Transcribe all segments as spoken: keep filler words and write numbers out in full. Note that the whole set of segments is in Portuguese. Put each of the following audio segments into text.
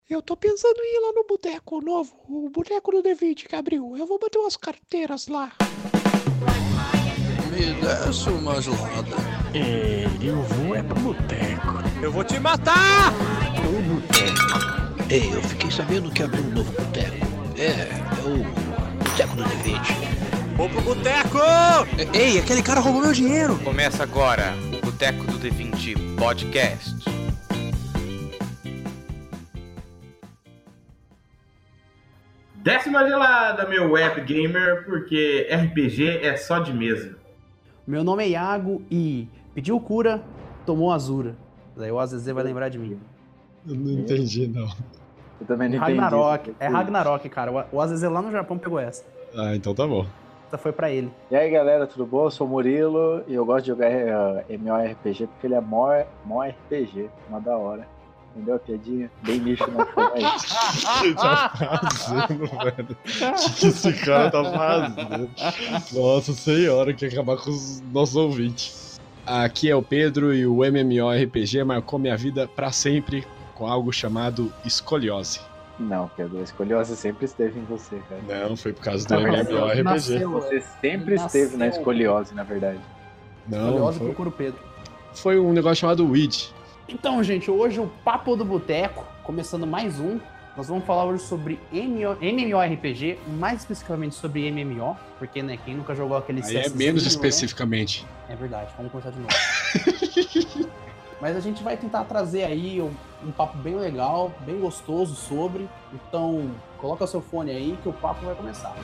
Eu tô pensando em ir lá no boteco novo, o boteco do D vinte que abriu. Eu vou bater umas carteiras lá. Me desce uma gelada. É, eu vou é pro boteco. Eu vou te matar! Pro boteco. Ei, eu fiquei sabendo que abriu um novo boteco. É, é o boteco do D vinte. Vou pro boteco! Ei, aquele cara roubou meu dinheiro! Começa agora o Boteco do D vinte Podcast. Décima gelada, meu web gamer, porque R P G é só de mesa. Meu nome é Iago e pediu cura, tomou azura. Daí o Azezê vai lembrar de mim. Eu não entendi, não. Eu também não Ragnarok. entendi. É Ragnarok, cara. O Azezê lá no Japão pegou essa. Ah, então tá bom. Essa foi pra ele. E aí, galera, tudo bom? Eu sou o Murilo e eu gosto de jogar uh, MMORPG porque ele é mó, mó R P G, uma da hora. Entendeu a piadinha? Bem lixo, não foi aí. O que ele tá fazendo, velho? O que esse cara tá fazendo? Nossa senhora, quer acabar com os nossos ouvintes. Aqui é o Pedro e o MMORPG marcou minha vida pra sempre com algo chamado escoliose. Não, Pedro, a escoliose sempre esteve em você, cara. Não, foi por causa do Na verdade, MMORPG. nasceu- Você sempre Nasceu. esteve na escoliose, na verdade. Não, Curioso, foi, procura o Pedro. foi um negócio chamado Weed. Então, gente, hoje o Papo do Boteco, começando mais um. Nós vamos falar hoje sobre MMORPG, mais especificamente sobre M M O, porque, né, quem nunca jogou aquele Aí é CSzinho, menos né? especificamente. É verdade, vamos começar de novo. Mas a gente vai tentar trazer aí um, um papo bem legal, bem gostoso sobre. Então, coloca seu fone aí que o papo vai começar.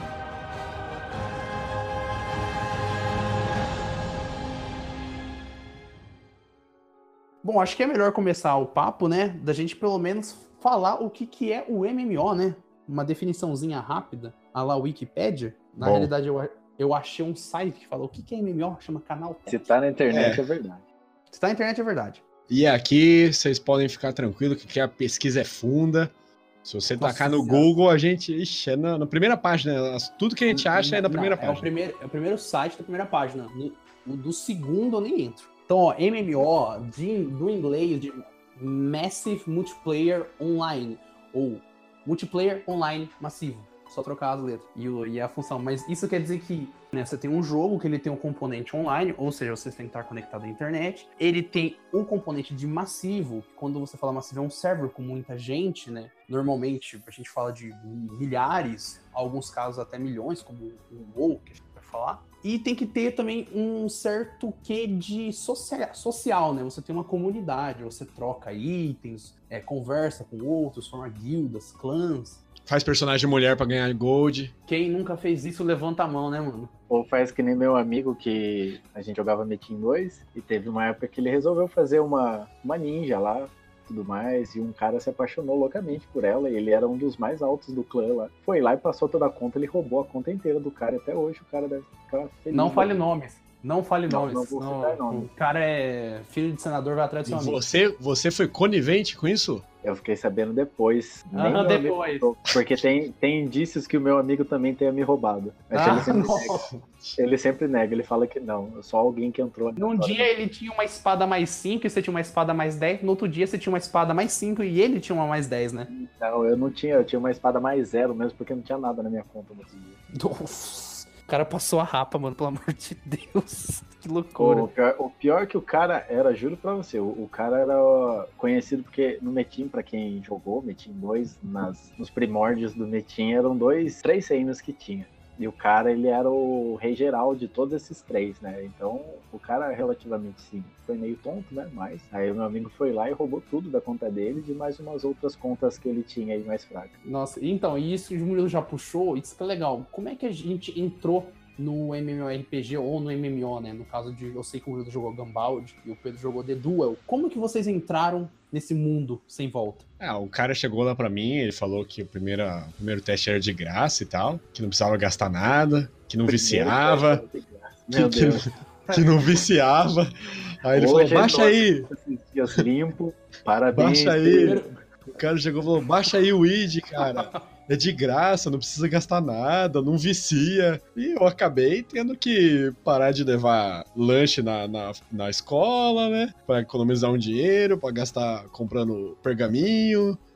Bom, acho que é melhor começar o papo, né? Da gente pelo menos falar o que, que é o M M O, né? Uma definiçãozinha rápida, a la Wikipédia. Na Bom. realidade, eu, eu achei um site que fala o que, que é M M O, chama Canal Tech. Se tá na internet, é, é verdade. Se tá na internet, é verdade. E aqui vocês podem ficar tranquilos que a pesquisa é funda. Se você Nossa tacar no Senhora. Google, a gente. Ixi, é na, na primeira página. Tudo que a gente acha é na Não, primeira é página. O primeiro, é o primeiro site da primeira página. No, no do segundo eu nem entro. Então, ó, M M O, de, do inglês, de Massive Multiplayer Online. Ou Multiplayer Online Massivo. Só trocar as letras e, o- e a função. Mas isso quer dizer que, né, você tem um jogo que ele tem um componente online, ou seja, você tem que estar conectado à internet. Ele tem um componente de massivo, que quando você fala massivo é um server com muita gente, né? Normalmente a gente fala de milhares, alguns casos até milhões, como o WoW, que a gente vai falar. E tem que ter também um certo quê de socia- social, né? Você tem uma comunidade, você troca itens, é, conversa com outros, forma guildas, clãs. Faz personagem mulher pra ganhar gold. Quem nunca fez isso, levanta a mão, né, mano? Ou faz que nem meu amigo que a gente jogava Metin dois e teve uma época que ele resolveu fazer uma, uma ninja lá, tudo mais, e um cara se apaixonou loucamente por ela, e ele era um dos mais altos do clã lá. Foi lá e passou toda a conta, ele roubou a conta inteira do cara, e até hoje o cara deve ficar feliz. Não fale nomes. Não fale Não, nomes. não vou senão citar nome. O cara é filho de senador, vai atrás do E seu amigo. você, você foi conivente com isso? Eu fiquei sabendo depois. Nem Aham, meu amigo depois. contou, porque tem, tem indícios que o meu amigo também tenha me roubado. Mas Ah, ele, sempre nega, nossa. ele sempre nega, ele fala que não, é só alguém que entrou. Num dia ele tinha uma espada mais cinco e você tinha uma espada mais dez. No outro dia você tinha uma espada mais cinco e ele tinha uma mais dez, né? Não, eu não tinha, eu tinha uma espada mais zero mesmo, porque não tinha nada na minha conta nesse dia. Nossa. O cara passou a rapa, mano, pelo amor de Deus. Que O loucura. pior, o pior que o cara era, juro pra você, o, o cara era conhecido porque no Metin, pra quem jogou Metin dois, nas, nos primórdios do Metin, eram dois, três reinos que tinha. E o cara, ele era o rei geral de todos esses três, né? Então, o cara relativamente sim, foi meio tonto, né? Mas aí o meu amigo foi lá e roubou tudo da conta dele, de mais umas outras contas que ele tinha aí mais fracas. Nossa, então, e isso que o Murilo já puxou, isso que é legal. Como é que a gente entrou no MMORPG ou no M M O, né? No caso de, eu sei que o Murilo jogou Gunbound e o Pedro jogou The Duel. Como que vocês entraram nesse mundo sem volta? Ah, o cara chegou lá pra mim, ele falou que o primeiro, o primeiro teste era de graça e tal, que não precisava gastar nada, que não viciava, Meu que, Deus. que, que não viciava. Aí ele Hoje falou, baixa nós- aí, Esses dias limpo, parabéns. baixa aí. O cara chegou e falou, baixa aí o Weed, cara. É de graça, não precisa gastar nada, não vicia. E eu acabei tendo que parar de levar lanche na, na, na escola, né? Pra economizar um dinheiro, pra gastar comprando pergaminho.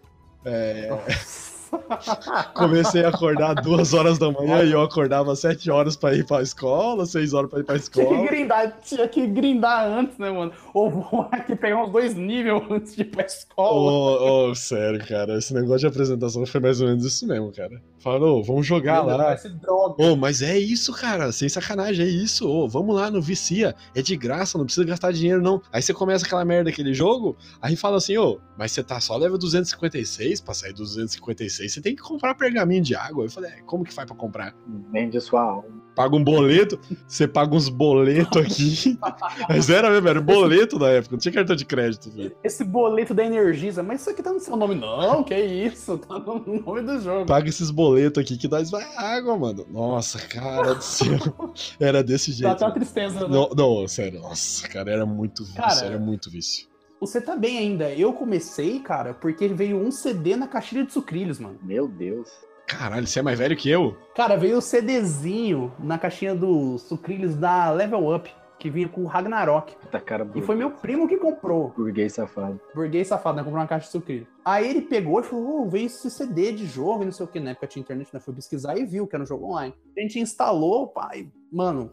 É... Comecei a acordar duas horas da manhã e eu acordava sete horas pra ir pra escola, seis horas pra ir pra Tinha que escola. grindar, tinha que grindar antes, né, mano? Ou vou aqui pegar uns dois níveis antes de ir pra escola. Ô, ô, sério, cara, esse negócio de apresentação foi mais ou menos isso mesmo, cara. Falou, vamos jogar Meu Deus, lá. parece droga. Ô, mas é isso, cara, sem sacanagem, é isso. Ô, vamos lá no Vicia, é de graça, não precisa gastar dinheiro, não. Aí você começa aquela merda, aquele jogo, aí fala assim, ô, mas você tá só level duzentos e cinquenta e seis, pra sair do duzentos e cinquenta e seis, você tem que comprar pergaminho de água. Eu falei, é, como que faz pra comprar? Vende sua alma. Paga um boleto, você paga uns boletos aqui. Mas era mesmo, era boleto na época, não tinha cartão de crédito, velho. Esse boleto da Energisa, mas isso aqui tá no seu nome. Não, que isso, tá no nome do jogo. Paga esses boletos aqui que nós vai água, mano. Nossa, cara do céu. Era desse Dá jeito. até uma tristeza, né? Não, não, sério, nossa, cara, era muito vício, Cara, era muito vício. Você tá bem ainda. Eu comecei, cara, porque veio um C D na caixinha de sucrilhos, mano. Meu Deus. Caralho, você é mais velho que eu? Cara, veio o CDzinho na caixinha do sucrilhos da Level Up, que vinha com o Ragnarok. Puta cara E foi meu primo que comprou. burguês safado. Burguês safado, né? Comprou uma caixa de sucrilhos. Aí ele pegou e falou, oh, veio esse C D de jogo e não sei o que. Na época tinha internet, né? Foi pesquisar e viu que era um jogo online. A gente instalou, pai, mano,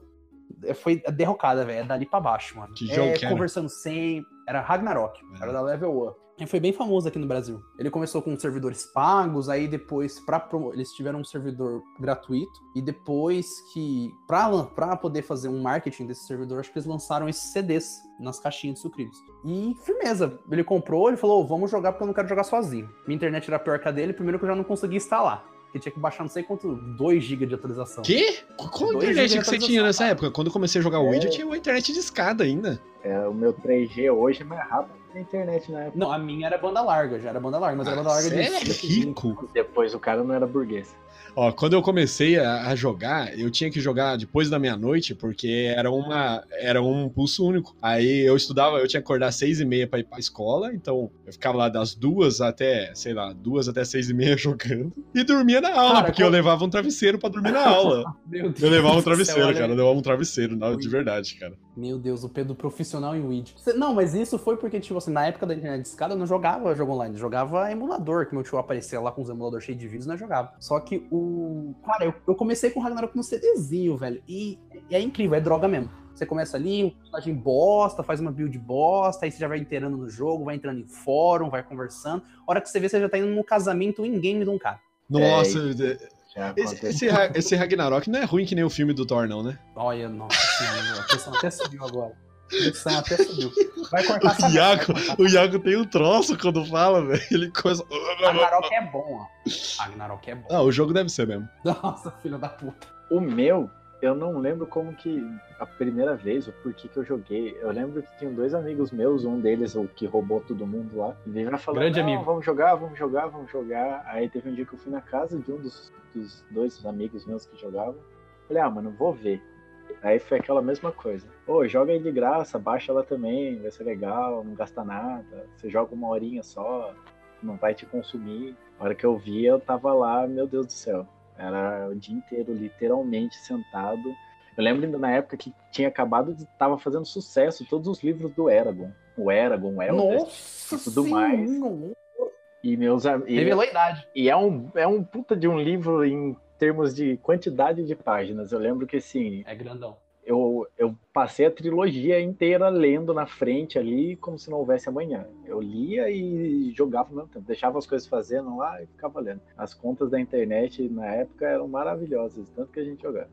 foi a derrocada, velho. É dali pra baixo, mano. Que é, jogo que era? Conversando sem... Era Ragnarok. É. Era da Level Up. E foi bem famoso aqui no Brasil. Ele começou com servidores pagos, aí depois pra promo... eles tiveram um servidor gratuito, e depois que, pra, lan- pra poder fazer um marketing desse servidor, acho que eles lançaram esses C Ds nas caixinhas de sucrilhos. E firmeza, ele comprou, ele falou, vamos jogar porque eu não quero jogar sozinho. Minha internet era pior que a dele, primeiro que eu já não conseguia instalar. Porque tinha que baixar não sei quanto, dois gigas de atualização. Quê? Qual Dois internet gigas que você de tinha nessa atualização, época? Quando eu comecei a jogar o Wii, eu tinha uma internet de escada ainda. É, o meu três G hoje é mais rápido que a internet na época. Não, a minha era banda larga, já era banda larga, mas era Ah, banda larga você de... é rico. Depois o cara não era burguês. Ó, quando eu comecei a, a jogar, eu tinha que jogar depois da meia-noite, porque era, uma, era um pulso único. Aí eu estudava, eu tinha que acordar às seis e meia pra ir pra escola, então eu ficava lá das duas até, sei lá, duas até seis e meia jogando, e dormia na aula, Cara, porque quando- eu levava um travesseiro pra dormir na aula. Meu Deus Eu levava um do céu, travesseiro, olha- cara, eu levava um travesseiro, não, de verdade, cara. Meu Deus, o Pedro profissional em Weed. Cê- Não, mas isso foi porque, tipo assim, na época da internet de escada eu não jogava jogo online, eu jogava emulador, que meu tio aparecia lá com os emuladores cheios de vírus e nós jogava. Só que o... Cara, eu, eu comecei com o Ragnarok no CDzinho, velho, e, e é incrível, é droga mesmo. Você começa ali, um personagem bosta, faz uma build bosta, aí você já vai inteirando no jogo, vai entrando em fórum, vai conversando. A hora que você vê, você já tá indo num casamento in-game de um cara. Nossa, Já esse, aconteceu. esse, Ra- esse Ragnarok não é ruim que nem o filme do Thor, não, né? Olha, nossa senhora, a pressão até subiu agora. A pressão até subiu. Vai cortar essa O Iago, o Iago tem um troço quando fala, velho. Ele coisa. Ragnarok é bom, ó. Ragnarok é bom. Ah, o jogo deve ser mesmo. Nossa, filho da puta. O meu, eu não lembro como que a primeira vez, ou por que que eu joguei. Eu lembro que tinham dois amigos meus, um deles, o que roubou todo mundo lá, e veio falando, Grande não, amigo. vamos jogar, vamos jogar, vamos jogar. Aí teve um dia que eu fui na casa de um dos, dos dois amigos meus que jogavam. Falei, ah, mano, vou ver. Aí foi aquela mesma coisa. Pô, joga aí de graça, baixa ela também, vai ser legal, não gasta nada. Você joga uma horinha só, não vai te consumir. A hora que eu vi, eu tava lá, meu Deus do céu. Era o dia inteiro, literalmente, sentado. Eu lembro ainda na época que tinha acabado de... Tava fazendo sucesso todos os livros do Eragon. O Eragon, o Elder Nossa e tudo mais. Senhora. E meus amigos... Revelou a idade. E é um, é um puta de um livro em termos de quantidade de páginas. Eu lembro que, assim, É grandão. eu, eu passei a trilogia inteira lendo na frente ali, como se não houvesse amanhã. Eu lia e jogava ao mesmo tempo. Deixava as coisas fazendo lá e ficava lendo. As contas da internet, na época, eram maravilhosas, tanto que a gente jogava.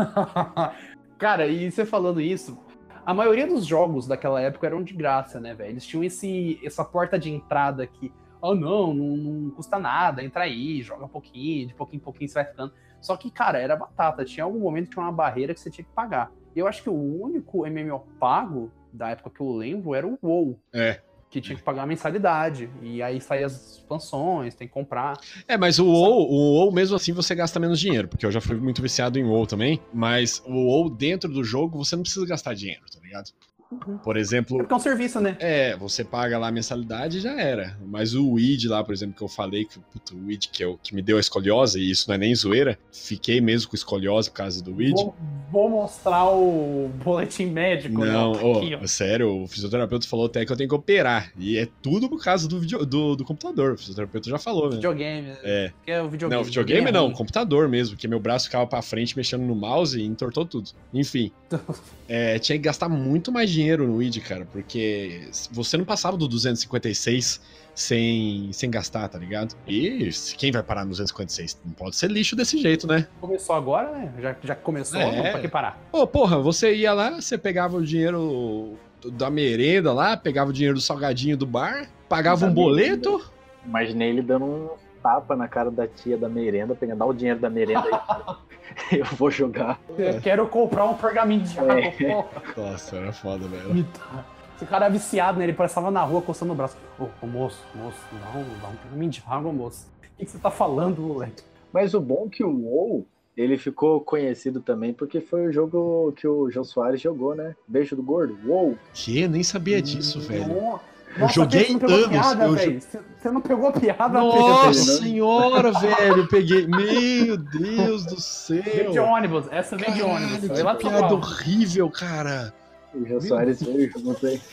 Cara, e você falando isso, a maioria dos jogos daquela época eram de graça, né, velho? Eles tinham esse, essa porta de entrada que, oh não, não, não custa nada, entra aí, joga um pouquinho, de pouquinho em pouquinho você vai ficando. Só que, cara, era batata. Tinha algum momento que tinha uma barreira que você tinha que pagar. E eu acho que o único M M O pago da época que eu lembro era o WoW. É. Que tinha que pagar a mensalidade. E aí saía as expansões, tem que comprar. É, mas o WoW, o WoW mesmo assim você gasta menos dinheiro, porque eu já fui muito viciado em WoW também, mas o WoW dentro do jogo você não precisa gastar dinheiro, tá ligado? Uhum. Por exemplo... Porque é um serviço, né? É, você paga lá a mensalidade e já era. Mas o Weed lá, por exemplo, que eu falei, que puta, o Weed que, eu, que me deu a escoliose, e isso não é nem zoeira, fiquei mesmo com escoliose por causa do Weed. Vou, vou mostrar o boletim médico. Não, né? ó, Aqui, ó. sério, o fisioterapeuta falou até que eu tenho que operar. E é tudo por causa do, video, do, do computador. O fisioterapeuta já falou, né? Videogame. É. Que é o videogame. Não, videogame é não, ruim. computador mesmo, porque meu braço ficava pra frente mexendo no mouse e entortou tudo. Enfim. É, tinha que gastar muito mais dinheiro no Weed, cara, porque você não passava do duzentos e cinquenta e seis sem, sem gastar, tá ligado? E quem vai parar no duzentos e cinquenta e seis? Não pode ser lixo desse jeito, né? Começou agora, né? Já, já começou, É. não, pra que parar? Ô, porra, você ia lá, você pegava o dinheiro da merenda lá, pegava o dinheiro do salgadinho do bar, pagava um boleto. Imaginei ele dando um tapa na cara da tia da merenda, pegando, dá o dinheiro da merenda aí. Eu vou jogar. Eu quero comprar um pergaminho de água, É. porra. Nossa, era foda, velho. Me dá. Esse cara é viciado, né? Ele passava na rua coçando o braço. Ô, ô, moço, moço, dá um, dá um pergaminho de água, moço. O que, que você tá falando, moleque? Mas o bom é que o WoW, ele ficou conhecido também porque foi o jogo que o Jô Soares jogou, né? Beijo do Gordo, WoW. Que? Nem sabia disso, velho. Nossa, Eu joguei Pedro, você não pegou anos, Piada, eu velho. Você você não pegou a piada, Nossa Pedro. senhora, velho, eu peguei. Meu Deus do céu. Veio de ônibus, essa veio de ônibus. Caralho, Foi lá que de São piada Paulo. horrível, cara. O Jô Soares veio junto aí.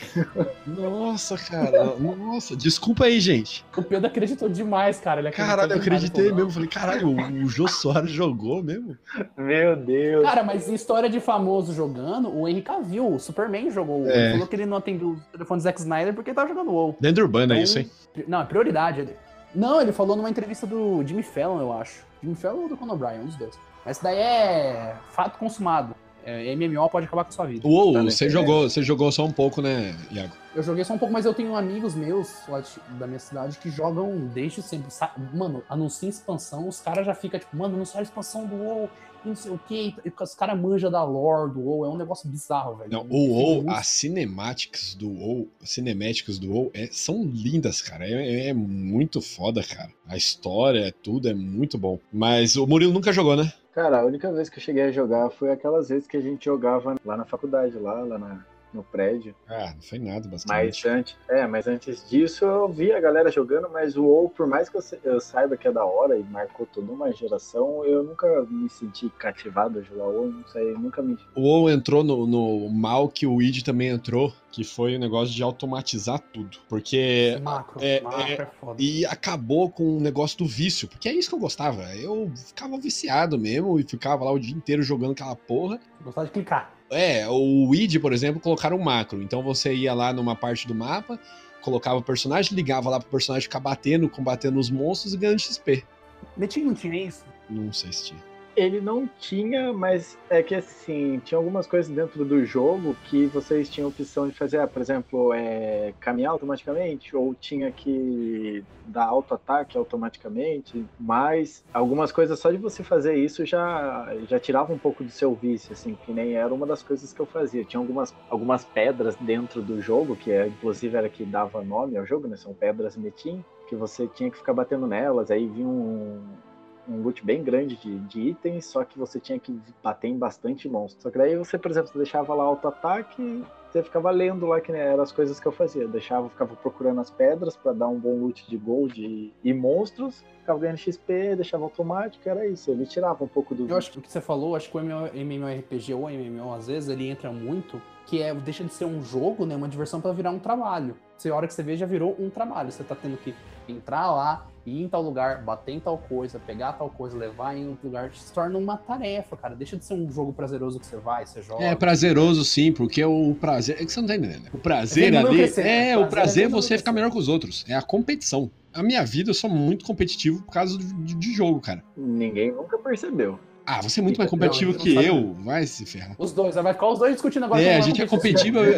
Nossa, cara. Nossa, desculpa aí, gente. O Pedro acreditou demais, cara. Ele acreditou Caralho, eu demais, acreditei pô. mesmo. Falei, caralho, o, o Jô Soares jogou mesmo? Meu Deus. Cara, mas em história de famoso jogando, o Henry Cavill, o Superman jogou. É. Ele falou que ele não atendeu o telefone do Zack Snyder porque ele tava jogando WoW. Lenda urbana, é Então, isso, hein? Não, é prioridade. Ele- Não, ele falou numa entrevista do Jimmy Fallon, eu acho. Jimmy Fallon ou do Conan O'Brien, um dos dois. Mas isso daí é fato consumado. É, M M O pode acabar com a sua vida. Uou, Tá na você internet. jogou, você jogou só um pouco, né, Iago? Eu joguei só um pouco, mas eu tenho amigos meus lá de- da minha cidade que jogam desde sempre. Sa- Mano, anuncia expansão, os caras já ficam tipo, mano, anunciaram a expansão do WoW, e não sei o quê. E os caras manjam da lore do WoW, é um negócio bizarro, velho. Não, Eu o fico WoW, muito- as cinemáticas do WoW, as cinemáticas do WoW é- são lindas, cara. É, é muito foda, cara. A história, tudo é muito bom. Mas o Murilo nunca jogou, né? Cara, a única vez que eu cheguei a jogar foi aquelas vezes que a gente jogava lá na faculdade, lá, lá na- no prédio. Ah, não foi nada, Mas basicamente. antes, é, mas antes disso eu vi a galera jogando, mas o WoW, por mais que eu, se- eu saiba que é da hora e marcou toda uma geração, eu nunca me senti cativado a jogar WoW, não sei, nunca me... O WoW entrou no, no mal que o Weed também entrou, que foi o negócio de automatizar tudo. Porque... Macro, é- macro é- é, foda. E acabou com o negócio do vício, porque é isso que eu gostava. Eu ficava viciado mesmo e ficava lá o dia inteiro jogando aquela porra. Gostava de clicar. É, o Weed, por exemplo, colocaram um macro. Então você ia lá numa parte do mapa, colocava o personagem, ligava lá pro personagem ficar batendo, combatendo os monstros e ganhando X P. Metinho não tinha isso? Não sei se tinha. Ele não tinha, mas é que assim, tinha algumas coisas dentro do jogo que vocês tinham a opção de fazer, ah, por exemplo, é, caminhar automaticamente, ou tinha que dar auto-ataque automaticamente, mas algumas coisas só de você fazer isso já, já tirava um pouco do seu vício, assim, que nem era uma das coisas que eu fazia. Tinha algumas, algumas pedras dentro do jogo, que é, inclusive era que dava nome ao jogo, né? São pedras metin, que você tinha que ficar batendo nelas, aí vinha um. um loot bem grande de, de itens, só que você tinha que bater em bastante monstros. Só que daí você, por exemplo, você deixava lá auto-ataque, você ficava lendo lá, que né, eram as coisas que eu fazia. Eu deixava, ficava procurando as pedras pra dar um bom loot de gold e, e monstros, ficava ganhando X P, deixava automático, era isso. Ele tirava um pouco do... Eu acho que o que você falou, acho que o MMORPG ou M M O, às vezes, ele entra muito, que é, deixa de ser um jogo, né, uma diversão pra virar um trabalho. Você, a hora que você vê, já virou um trabalho. Você tá tendo que entrar lá, ir em tal lugar, bater em tal coisa, pegar tal coisa, levar em outro lugar, se torna uma tarefa, cara. Deixa de ser um jogo prazeroso que você vai, você joga. É prazeroso sim, porque o prazer. É que você não tá entendendo. O prazer É ali. crescer, É, né? o Prazer prazer é é você crescer. ficar melhor que os outros. É a competição. A minha vida eu sou muito competitivo por causa de, de jogo, cara. Ninguém nunca percebeu. Ah, você é muito mais Não, competitivo não que sabe. eu. Vai se ferrar. Os dois, vai ficar os dois discutindo agora. É, quem a vai gente é competir. competitivo,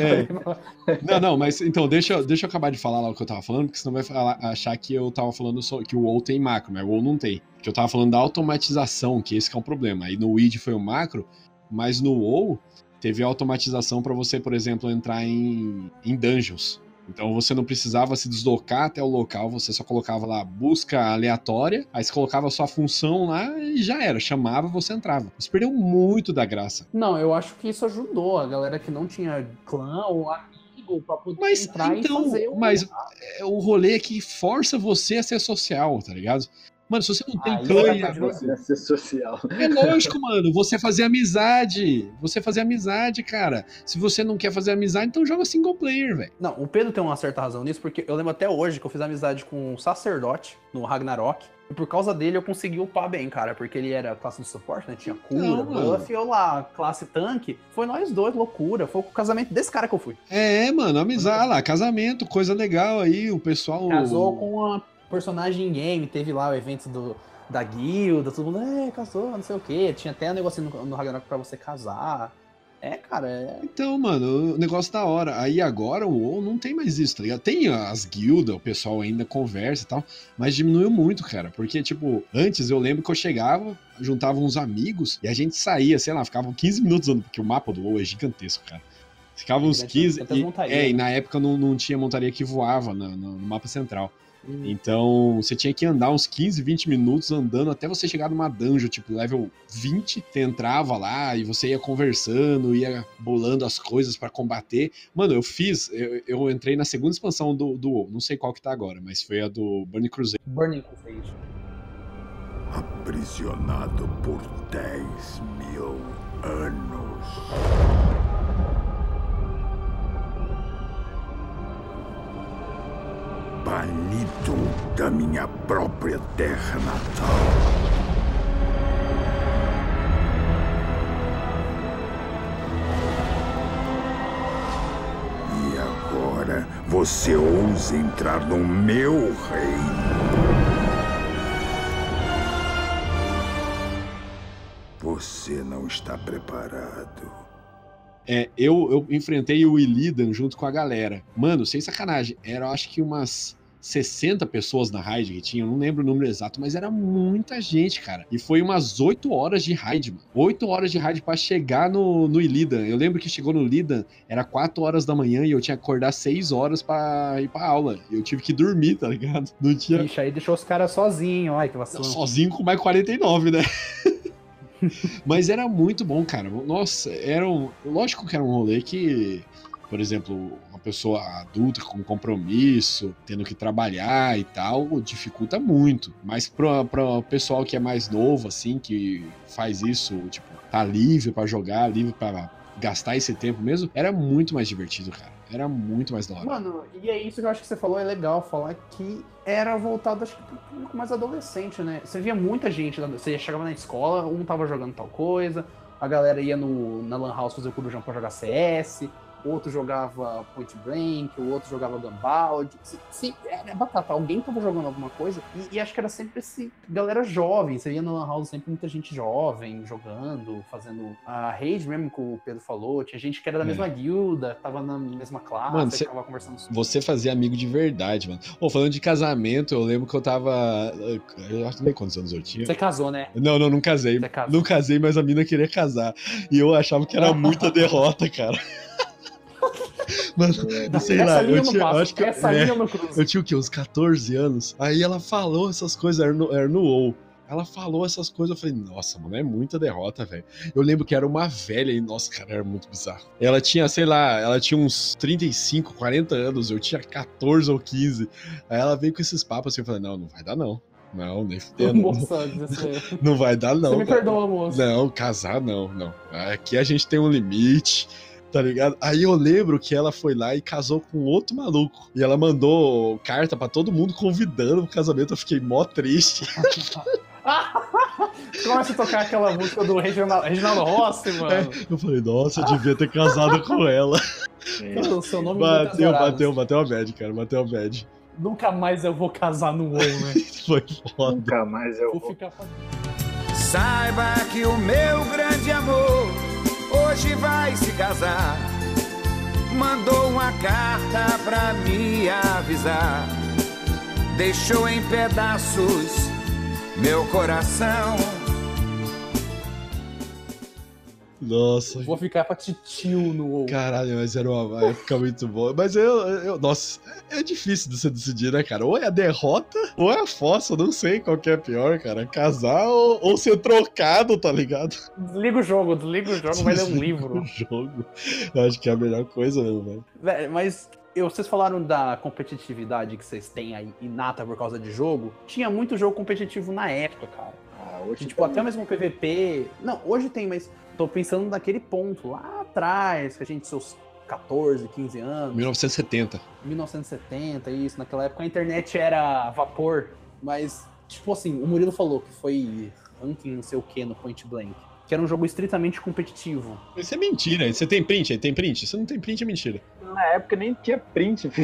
é. Não, não, mas então, deixa, eu- deixa eu acabar de falar lá o que eu tava falando, porque senão vai falar- achar que eu tava falando só, que o WoW tem macro, mas o WoW não tem. Que eu tava falando da automatização, que esse que é um problema. Aí no Weed foi o macro, mas no WoW teve a automatização pra você, por exemplo, entrar em, em dungeons. Então você não precisava se deslocar até o local, você só colocava lá busca aleatória, aí você colocava a sua função lá e já era, chamava, você entrava. Isso perdeu muito da graça. Não, eu acho que isso ajudou a galera que não tinha clã ou amigo pra poder Mas entrar então, e fazer o... mas é, o rolê é que força você a ser social, tá ligado? Mano, se você não tem Aí clã... vai e- pra você. Você é ser social. É lógico, mano, você fazer amizade. Você fazer amizade, cara. Se você não quer fazer amizade, então joga single player, velho. Não, o Pedro tem uma certa razão nisso, porque eu lembro até hoje que eu fiz amizade com um sacerdote no Ragnarok. E por causa dele eu consegui upar bem, cara. Porque ele era classe de suporte, né? Tinha cura, Não, mano. buff, eu lá, classe tanque. Foi nós dois, loucura. Foi o casamento desse cara que eu fui. É, mano, amizade lá, casamento, coisa legal aí, o pessoal... Casou com uma personagem in game, teve lá o evento do, da guilda, todo mundo, é, casou, não sei o quê. Tinha até um negocinho no, no Ragnarok pra você casar. É, cara, é... Então, mano, o negócio da hora. Aí agora o WoW não tem mais isso, tá ligado? Tem as guildas, o pessoal ainda conversa e tal, mas diminuiu muito, cara. Porque, tipo, antes eu lembro que eu chegava, juntava uns amigos e a gente saía, sei lá, ficavam quinze minutos andando, porque o mapa do WoW é gigantesco, cara. Ficava uns quinze. Tantas E, montarias, é, e né? na época não, não tinha montaria que voava na- no, no mapa central. Hum. Então, você tinha que andar uns quinze, vinte minutos andando até você chegar numa dungeon, tipo, level vinte. Você entrava lá e você ia conversando, ia bolando as coisas pra combater. Mano, eu fiz, eu, eu entrei na segunda expansão do, do WoW, não sei qual que tá agora, mas foi a do Burning Crusade. Burning Crusade. Aprisionado por dez mil anos. Banido da minha própria terra natal. E agora você ousa entrar no meu reino. Você não está preparado. É, eu, eu enfrentei o Illidan junto com a galera. Mano, sem sacanagem, era acho que umas sessenta pessoas na raid que tinha, eu não lembro o número exato, mas era muita gente, cara. E foi umas oito horas de raid, mano. oito horas de raid pra chegar no, no Illidan. Eu lembro que chegou no Illidan, era quatro horas da manhã e eu tinha que acordar seis horas pra ir pra aula. E eu tive que dormir, tá ligado? Não tinha... Ixi, aí deixou os caras sozinhos, ai que vacilo. Sozinho com mais quarenta e nove, né? Mas era muito bom, cara. Nossa, era um... lógico que era um rolê que, por exemplo, uma pessoa adulta com compromisso, tendo que trabalhar e tal, dificulta muito. Mas pro, pro pessoal que é mais novo, assim, que faz isso, tipo, tá livre pra jogar, livre pra gastar esse tempo mesmo, era muito mais divertido, cara. Era muito mais da hora. Mano, e é isso que eu acho que você falou, é legal falar que era voltado, acho que, pro público mais adolescente, né? Você via muita gente, você chegava na escola, um tava jogando tal coisa, a galera ia no, na Lan House fazer o corujão pra jogar C S, outro jogava Point Blank, o outro jogava Gunbound. Se, se, era batata, alguém tava jogando alguma coisa, e, e acho que era sempre esse galera jovem, você ia na Lan House sempre muita gente jovem, jogando, fazendo a raid mesmo que o Pedro falou, tinha gente que era da É. mesma guilda, tava na mesma classe, Mano, você cê- ficava conversando sobre... Você fazia amigo de verdade, mano. Ô, falando de casamento, eu lembro que eu tava. Eu acho que nem quantos anos eu tinha. Você casou, né? Não, não, não casei. Você casou. Não casei, mas a mina queria casar. E eu achava que era muita derrota, cara. Mano, sei Essa lá, linha eu não tinha, eu passa, acho que essa é, linha não cruza. eu tinha o quê? Uns catorze anos. Aí ela falou essas coisas, era no, era no WoW. Ela falou essas coisas, eu falei, nossa, mano, é muita derrota, velho. Eu lembro que era uma velha e, nossa, cara, era muito bizarro. Ela tinha, sei lá, ela tinha uns trinta e cinco, quarenta anos, eu tinha catorze ou quinze. Aí ela veio com esses papos assim, eu falei, não, não vai dar não. Não, nem fudendo. Moça, você... Não vai dar não, Você me cara. perdoa, moça. Não, casar não, não. Aqui a gente tem um limite, tá ligado? Aí eu lembro que ela foi lá e casou com outro maluco. E ela mandou carta pra todo mundo convidando pro casamento. Eu fiquei mó triste. Começa a tocar aquela música do Reginaldo, Reginaldo Rossi, mano. Eu falei, nossa, eu devia ter casado com ela. O seu nome Bateu, Muitas bateu, bateu a bad, cara. Bateu a bad. Nunca mais eu vou casar no WoW, né? Foi foda. Nunca mais eu Vou vou. ficar Saiba que o meu grande amor hoje vai se casar. Mandou uma carta pra me avisar. Deixou em pedaços meu coração. Nossa. Vou ficar pra titio no WoW. Caralho, mas era uma época muito boa. Mas eu, eu nossa, é difícil de você decidir, né, cara? Ou é a derrota, ou é a fossa, eu não sei qual que é pior, cara. Casar ou, ou ser trocado, tá ligado? Desliga o jogo, desliga o jogo, vai ler um livro. O jogo. Eu acho que é a melhor coisa mesmo, velho. Velho, mas eu, vocês falaram da competitividade que vocês têm aí inata por causa de jogo. Tinha muito jogo competitivo na época, cara. Ah, hoje E, tipo, tem- até mesmo P V P. Não, hoje tem, mas tô pensando naquele ponto lá atrás, que a gente, seus catorze, quinze anos, mil novecentos e setenta. mil novecentos e setenta, isso, naquela época a internet era vapor. Mas, tipo assim, o Murilo falou que foi ranking não sei o que no Point Blank, que era um jogo estritamente competitivo. Isso é mentira. Você tem print aí? Tem print? Se não tem print, é mentira. Na época nem tinha print, filho.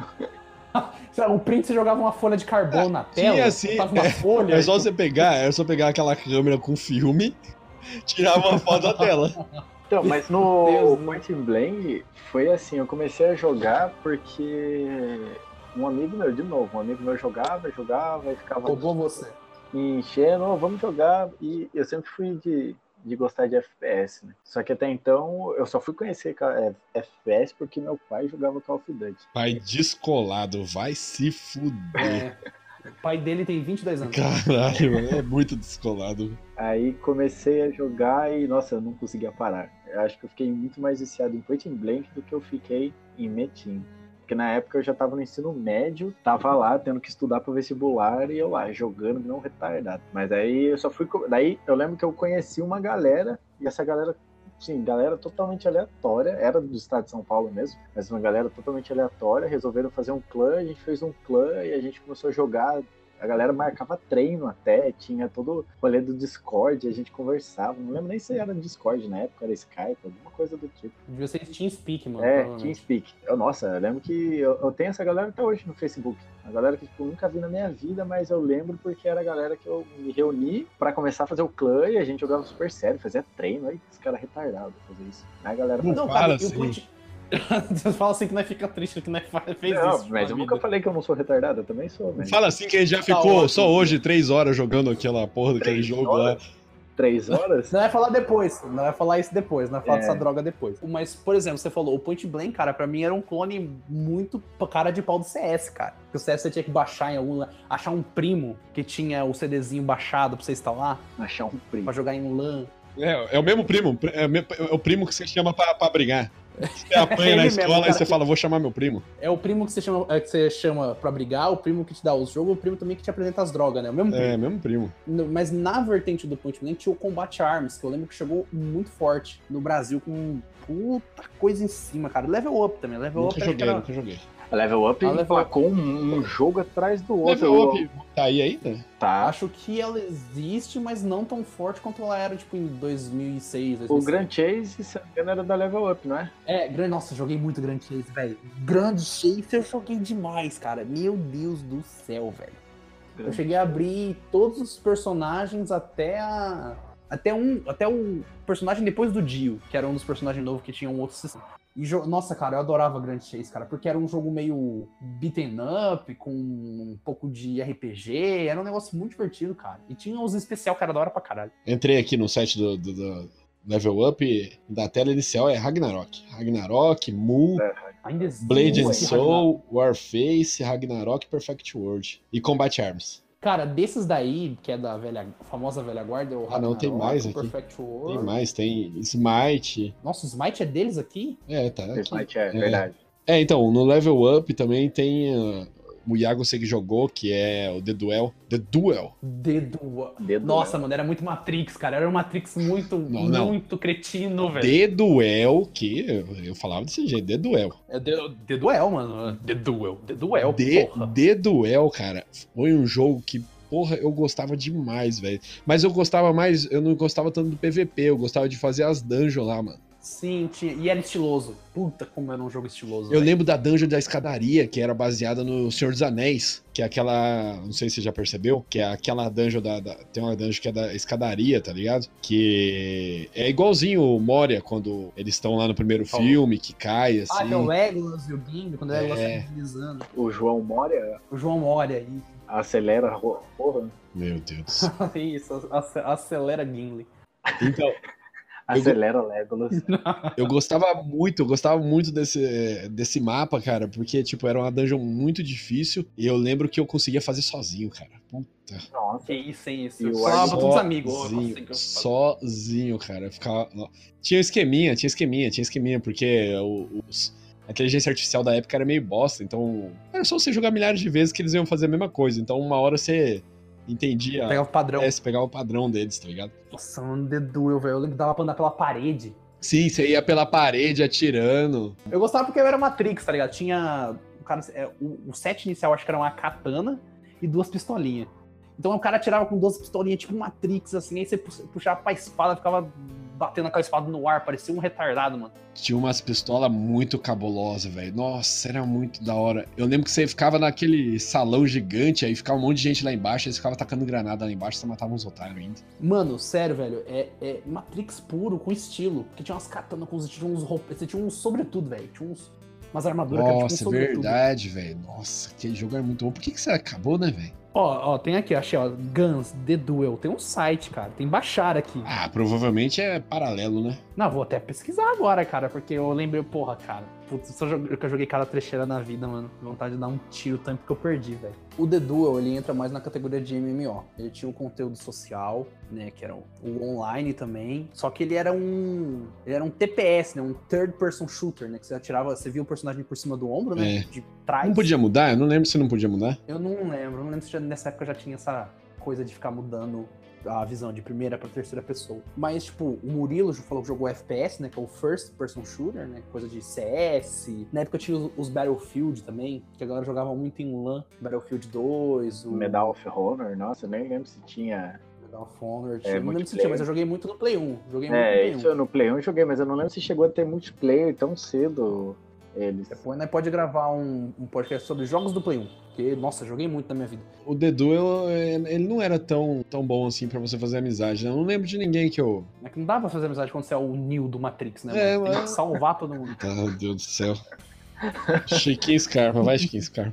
Sabe, o print você jogava uma folha de carbono na Tinha tela, assim, botava uma é, folha. É só você pegar, é só pegar aquela câmera com filme, tirar uma foto da tela. Então, mas Deus, no né? Point Blank foi assim, eu comecei a jogar porque um amigo meu, de novo, um amigo meu jogava, jogava e ficava Roubou você. me enchendo, "Ô, vamos jogar", e eu sempre fui de, de gostar de F P S, né? Só que até então eu só fui conhecer ca- é, F P S porque meu pai jogava Call of Duty. Pai descolado, vai se fuder. É. O pai dele tem vinte e dois anos. Caralho, mano, é muito descolado. Aí comecei a jogar e, nossa, eu não conseguia parar. Eu acho que eu fiquei muito mais viciado em Point Blank do que eu fiquei em Metin. Porque na época eu já tava no ensino médio, tava lá tendo que estudar pro vestibular e eu lá jogando não retardado. Mas aí eu só fui. co- Daí eu lembro que eu conheci uma galera e essa galera, sim, galera totalmente aleatória, era do estado de São Paulo mesmo, mas uma galera totalmente aleatória, resolveram fazer um clã, a gente fez um clã e a gente começou a jogar. A galera marcava treino até, tinha todo o rolê do Discord, a gente conversava. Não lembro nem se era Discord na época, era Skype, alguma coisa do tipo. Devia ser TeamSpeak, mano. É, provavelmente. TeamSpeak. Eu, nossa, eu lembro que eu, eu tenho essa galera até hoje no Facebook. A galera que tipo, eu nunca vi na minha vida, mas eu lembro porque era a galera que eu me reuni pra começar a fazer o clã e a gente jogava super sério, fazia treino. Aí esse cara retardado fazer isso. Aí a galera Não Não, fala cara, assim. eu Point... Você fala assim que nós fica triste que nós fa- fez Não, isso. mas eu nunca falei que eu não sou retardado, eu também sou, velho. Fala assim que a gente já Tá ficou ótimo. só hoje três horas jogando aquela porra daquele Três jogo horas? lá. Três horas? Você vai falar depois, não vai falar isso depois, não vai falar É. dessa droga depois. Mas, por exemplo, você falou, o Point Blank, cara, pra mim era um clone muito cara de pau do C S, cara. Porque o C S você tinha que baixar em algum lugar, achar um primo que tinha o CDzinho baixado pra você instalar, Achar um primo. pra jogar em LAN. É, é o mesmo primo, é o, me- é o primo que você chama pra, pra brigar. Você apanha Ele na mesmo, escola cara, e você que- fala, vou chamar meu primo. É o primo que você chama, é, que você chama pra brigar, o primo que te dá os jogos, o primo também que te apresenta as drogas, né? O mesmo primo. É, mesmo primo. No- Mas na vertente do Point Blank tinha o Combat Arms, que eu lembro que chegou muito forte no Brasil com puta coisa em cima, cara. Level Up também, Level Nunca Up acho que joguei, era- nunca joguei. A Level Up A Level empacou um, um jogo atrás do outro. Level Up tá aí ainda? Tá. Acho que ela existe, mas não tão forte quanto ela era, tipo, em dois mil e seis, O dois mil e sete. Grand Chase, se não me engano, era da Level Up, não é? É, Grand... Nossa, eu joguei muito Grand Chase, velho. Grand Chase eu joguei demais, cara. Meu Deus do céu, velho. Eu cheguei a abrir todos os personagens até a... Até um... Até o personagem depois do Dio, que era um dos personagens novos que tinha um outro sistema. E jo- Nossa, cara, eu adorava Grand Chase, cara, porque era um jogo meio beaten up, com um pouco de R P G, era um negócio muito divertido, cara. E tinha uns especial, cara, da hora pra caralho. Entrei aqui no site do, do- do Level Up, da tela inicial é Ragnarok. Ragnarok, Mu, Ainda existe. Blade and esse Soul, Warface, Ragnarok, Perfect World e Combat Arms. Cara, desses daí, que é da velha, famosa velha guarda, é o Ah, não, tem Ragnarok, mais o aqui. Perfect World. Tem mais, tem Smite. Nossa, o Smite é deles aqui? É, tá aqui. Smite é, verdade. É, então, no Level Up também tem uh, o Iago sei que jogou, que é o The Duel. The Duel. Dedo. Dedo Nossa, é. mano, era muito Matrix, cara. Era um Matrix muito, Não, não. muito cretino, velho. The Duel, que eu, eu falava desse jeito, The Duel. É The, The Duel, mano. The Duel. The Duel, The, porra. The Duel, cara, foi um jogo que, porra, eu gostava demais, velho. Mas eu gostava mais, eu não gostava tanto do P V P, eu gostava de fazer as dungeons lá, mano. Sim, tinha. E era estiloso. Puta, como era um jogo estiloso. Eu velho. lembro da dungeon da escadaria, que era baseada no Senhor dos Anéis, que é aquela, não sei se você já percebeu, que é aquela dungeon da, da- tem uma dungeon que é da escadaria, tá ligado? Que é igualzinho o Moria, quando eles estão lá no primeiro Falou. filme, que cai, Ah, assim. que é o Legolas e o Gimli, quando o Legolas É. tá deslizando. O João Moria O João Moria, isso. acelera a ro- porra. Meu Deus. Isso, ace- acelera Gimli. Então, Acelera o Legolas. Eu gostava muito, eu gostava muito desse, desse mapa, cara, porque, tipo, era uma dungeon muito difícil e eu lembro que eu conseguia fazer sozinho, cara. Puta. Nossa. Que isso, hein? Isso. E Eu o falava Arthur- todos os amigos. Ô, Sozinho, nossa, que eu- sozinho, cara. Eu ficava... Tinha esqueminha, tinha esqueminha, tinha esqueminha, porque os... a inteligência artificial da época era meio bosta, então era só você jogar milhares de vezes que eles iam fazer a mesma coisa. Então uma hora você entendia, Pegava o padrão. é, você pegava o padrão deles, tá ligado? Nossa, mano, The Duel, velho. Eu lembro que dava pra andar pela parede. Sim, você ia pela parede atirando. Eu gostava porque eu era Matrix, tá ligado? Tinha. O, cara, é, o, o set inicial acho que era uma katana e duas pistolinhas. Então o cara atirava com duas pistolinhas, tipo Matrix, assim, aí você pu- puxava pra espada, ficava batendo aquela espada no ar, parecia um retardado, mano. Tinha umas pistolas muito cabulosas, velho. Nossa, era muito da hora. Eu lembro que você ficava naquele salão gigante, aí ficava um monte de gente lá embaixo, aí você ficava tacando granada lá embaixo, você matava uns otários ainda. Mano, sério, velho, é, é Matrix puro, com estilo. Porque tinha umas katanas, com, tinha uns roupas, você tinha uns sobretudo, velho. Tinha uns, umas armaduras que era tipo um Nossa, sobretudo. verdade, velho. Nossa, aquele jogo era muito bom. Por que que você acabou, né, velho? Ó, ó, tem aqui, achei, ó, Guns, The Duel. Tem um site, cara, tem baixar aqui. Ah, provavelmente é paralelo, né? Não, vou até pesquisar agora, cara, porque eu lembrei, porra, cara. Putz, só joguei, que eu joguei cada trecheira na vida, mano. Vontade de dar um tiro, tanto que eu perdi, velho. O The Duel, ele entra mais na categoria de M M O. Ele tinha um conteúdo social, né, que era o, o online também. Só que ele era um... Ele era um T P S, né, um Third Person Shooter, né, que você atirava, você via o personagem por cima do ombro, né, É. de trás. Não podia mudar? Eu não lembro se não podia mudar. Eu não lembro, eu não lembro se já, nessa época já tinha essa coisa de ficar mudando a visão de primeira pra terceira pessoa. Mas, tipo, o Murilo já falou que jogou F P S, né? Que é o First Person Shooter, né? Coisa de C S. Na época tinha os, os Battlefield também, que a galera jogava muito em LAN. Battlefield dois, o Medal of Honor, nossa, eu nem lembro se tinha. Medal of Honor. É, eu não lembro se tinha, mas eu joguei muito no Play um. Joguei muito no É, Play isso um. eu no Play um eu joguei, mas eu não lembro se chegou a ter multiplayer tão cedo eles. Depois, né, pode gravar um, um podcast sobre jogos do Play um. Porque, nossa, joguei muito na minha vida. O The Duel, é, ele não era tão, tão bom assim pra você fazer amizade, né? Eu não lembro de ninguém que eu... É que não dá pra fazer amizade quando você é o Neo do Matrix, né? É, mano? Tem mas- que salvar todo mundo. Ah, meu Deus do céu. Chiquinho Scarpa, vai Chiquinho Scarpa.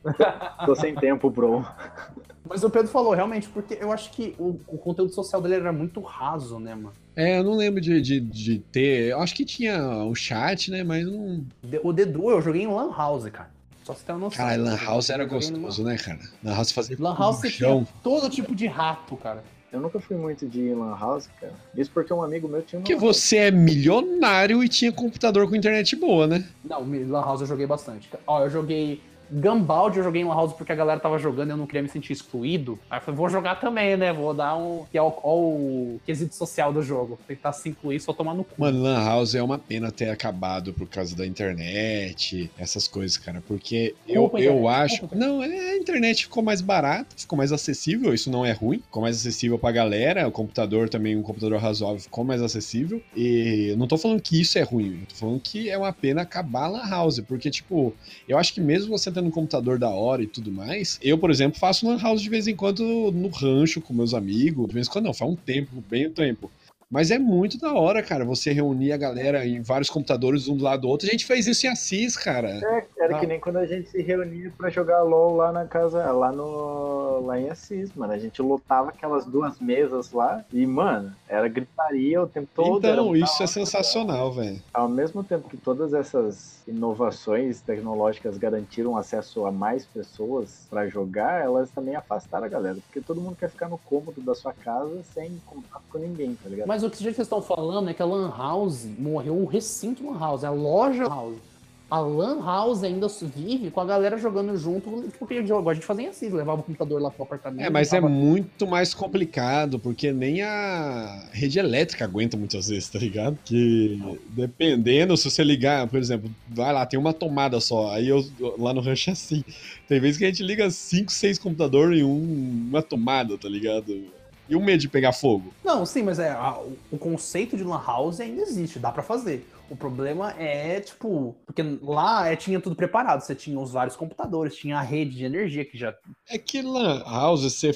Tô sem tempo, bro. Mas o Pedro falou, realmente, porque eu acho que o, o conteúdo social dele era muito raso, né, mano? É, eu não lembro de, de, de ter... Eu acho que tinha o chat, né? Mas não... The- O The Duel eu joguei em Lan House, cara. Só você ter uma noção. Caralho, Lan House era Eu joguei numa- gostoso, né, cara? Lan House fazia Lan House no você chão. tinha todo tipo de rato, cara. Eu nunca fui muito de ir em Lan House, cara. Isso porque um amigo meu tinha uma. Porque você é milionário e tinha computador com internet boa, né? Não, Lan House eu joguei bastante. Ó, eu joguei Gunbound, eu joguei em Lan House porque a galera tava jogando e eu não queria me sentir excluído. Aí eu falei, vou jogar também, né? Vou dar um... Que é o, ó o quesito social do jogo. Tentar se incluir, só tomar no cu. Mano, Lan House é uma pena ter acabado por causa da internet, essas coisas, cara. Porque eu, Culpa a eu internet, acho. culpa. Não, é, a internet ficou mais barata, ficou mais acessível. Isso não é ruim. Ficou mais acessível pra galera. O computador também, um computador razoável, ficou mais acessível. E eu não tô falando que isso é ruim. Eu tô falando que é uma pena acabar a Lan House. Porque, tipo, eu acho que mesmo você tendo um computador da hora e tudo mais, eu, por exemplo, faço Lan House de vez em quando no rancho com meus amigos. De vez em quando não, faz um tempo, bem um tempo. Mas é muito da hora, cara, você reunir a galera em vários computadores um do lado do outro. A gente fez isso em Assis, cara. É, era Ah. que nem quando a gente se reunia pra jogar LOL lá na casa, lá no. lá em Assis, mano. A gente lotava aquelas duas mesas lá e, mano, era gritaria o tempo todo. era Então, uma isso é hora. sensacional, velho. Ao mesmo tempo que todas essas inovações tecnológicas garantiram acesso a mais pessoas pra jogar, elas também afastaram a galera, porque todo mundo quer ficar no cômodo da sua casa sem contato com ninguém, tá ligado? Mas o que vocês estão falando é que a Lan House morreu o recinto Lan House, a loja Lan House. A Lan House ainda vive com a galera jogando junto, tipo, que a gente fazia assim, levava o computador lá pro apartamento. É, mas é botava- muito mais complicado, porque nem a rede elétrica aguenta muitas vezes, tá ligado? Que dependendo, se você ligar, por exemplo, vai lá, tem uma tomada só, aí eu lá no rancho é assim. Tem vezes que a gente liga cinco, seis computadores em um, uma tomada, tá ligado? E o medo de pegar fogo? Não, sim, mas é, a- o, o conceito de Lan House ainda existe, dá pra fazer. O problema é, tipo, porque lá é, tinha tudo preparado, você tinha os vários computadores, tinha a rede de energia que já... É que Lan House, se você for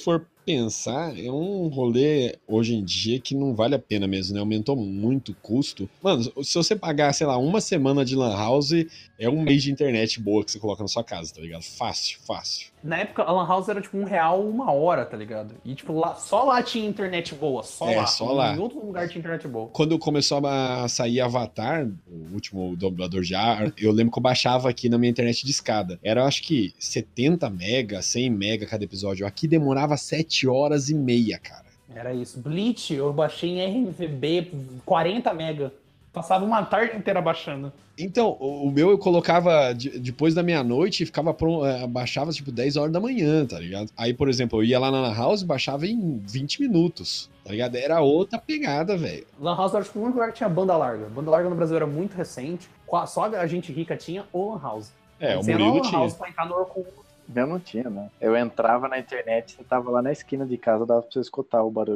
pensar, é um rolê hoje em dia que não vale a pena mesmo, né? Aumentou muito o custo. Mano, se você pagar, sei lá, uma semana de lan house, é um mês de internet boa que você coloca na sua casa, tá ligado? Fácil, fácil. Na época, a Lan House era tipo um real uma hora, tá ligado? E tipo, lá, só lá tinha internet boa, só É, lá. só lá. Em outro lugar tinha internet boa. Quando começou a sair Avatar, o último dublador de ar, eu lembro que eu baixava aqui na minha internet de escada. Era, acho que, setenta mega, cem mega cada episódio. Aqui demorava sete horas e meia, cara. Era isso. Bleach, eu baixei em R M V B quarenta mega. Passava uma tarde inteira baixando. Então, o meu eu colocava de, depois da meia-noite e ficava pronto, é, baixava tipo dez horas da manhã, tá ligado? Aí, por exemplo, eu ia lá na Lan House e baixava em vinte minutos, tá ligado? Era outra pegada, velho. Lan House era tipo, o único lugar que tinha banda larga. Banda larga no Brasil era muito recente. Só a gente rica tinha o Lan House. É, o Você ia Murilo na Lan tinha. House pra entrar no Orkut. Eu não tinha, né? Eu entrava na internet, você tava lá na esquina de casa, dava pra você escutar o barulho.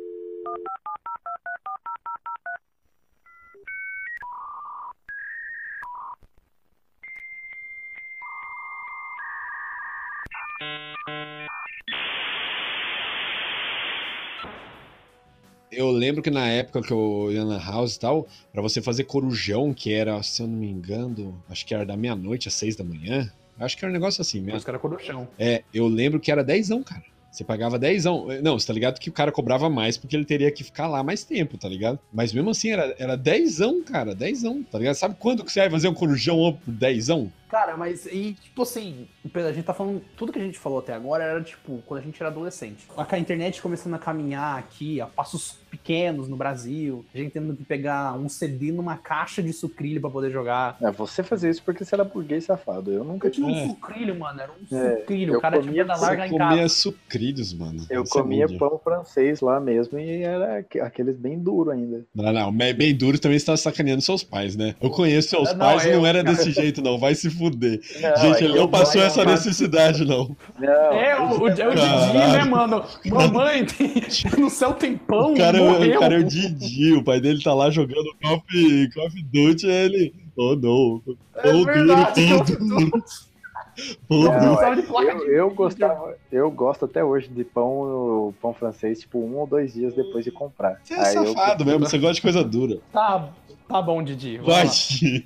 Eu lembro que na época que eu ia na house e tal, pra você fazer corujão, que era, se eu não me engano, acho que era da meia-noite às seis da manhã, acho que era um negócio assim Por mesmo. isso que era coruchão. É, eu lembro que era dezão, cara. Você pagava dezão. Não, você tá ligado que o cara cobrava mais porque ele teria que ficar lá mais tempo, tá ligado? Mas mesmo assim, era, era dezão, cara, dezão, tá ligado? Sabe quando que você vai fazer um corujão por dezão? Cara, mas e tipo assim, a gente tá falando, tudo que a gente falou até agora era tipo, quando a gente era adolescente. A internet começando a caminhar aqui, a passos pequenos no Brasil, a gente tendo que pegar um C D numa caixa de sucrilho pra poder jogar. É, você fazia isso porque você era burguês safado. Eu nunca Eu tinha um É. sucrilho, mano, era um É, sucrilho. eu O cara tinha comia- da larga em Você casa. comia sucrilhos, mano. Eu Isso é comia bom, pão francês lá mesmo e era aqu- aqueles bem duros ainda. Não, não, mas bem duro também você tá sacaneando seus pais, né? Eu conheço seus Não, pais e eu- não era desse jeito, não. Vai se fuder. Não, Gente, é ele que não eu- passou eu- essa necessidade, não. Não, É, o, o, é o Didi, Caralho. né, mano? Mamãe, tem, no céu tem pão, O cara, morreu. o cara é o Didi, o pai dele tá lá jogando Call of, Call of Duty e ele. Oh, não. É Pão verdade, duro, eu- pão duro. Pão Não, duro. Precisava de placa eu, de eu vídeo. gostava, eu gosto até hoje de pão, pão francês, tipo, um ou dois dias depois de comprar. Você é Aí eu- safado mesmo, você gosta de coisa dura. Tá, tá bom, Didi. vamos Vai, lá. Didi.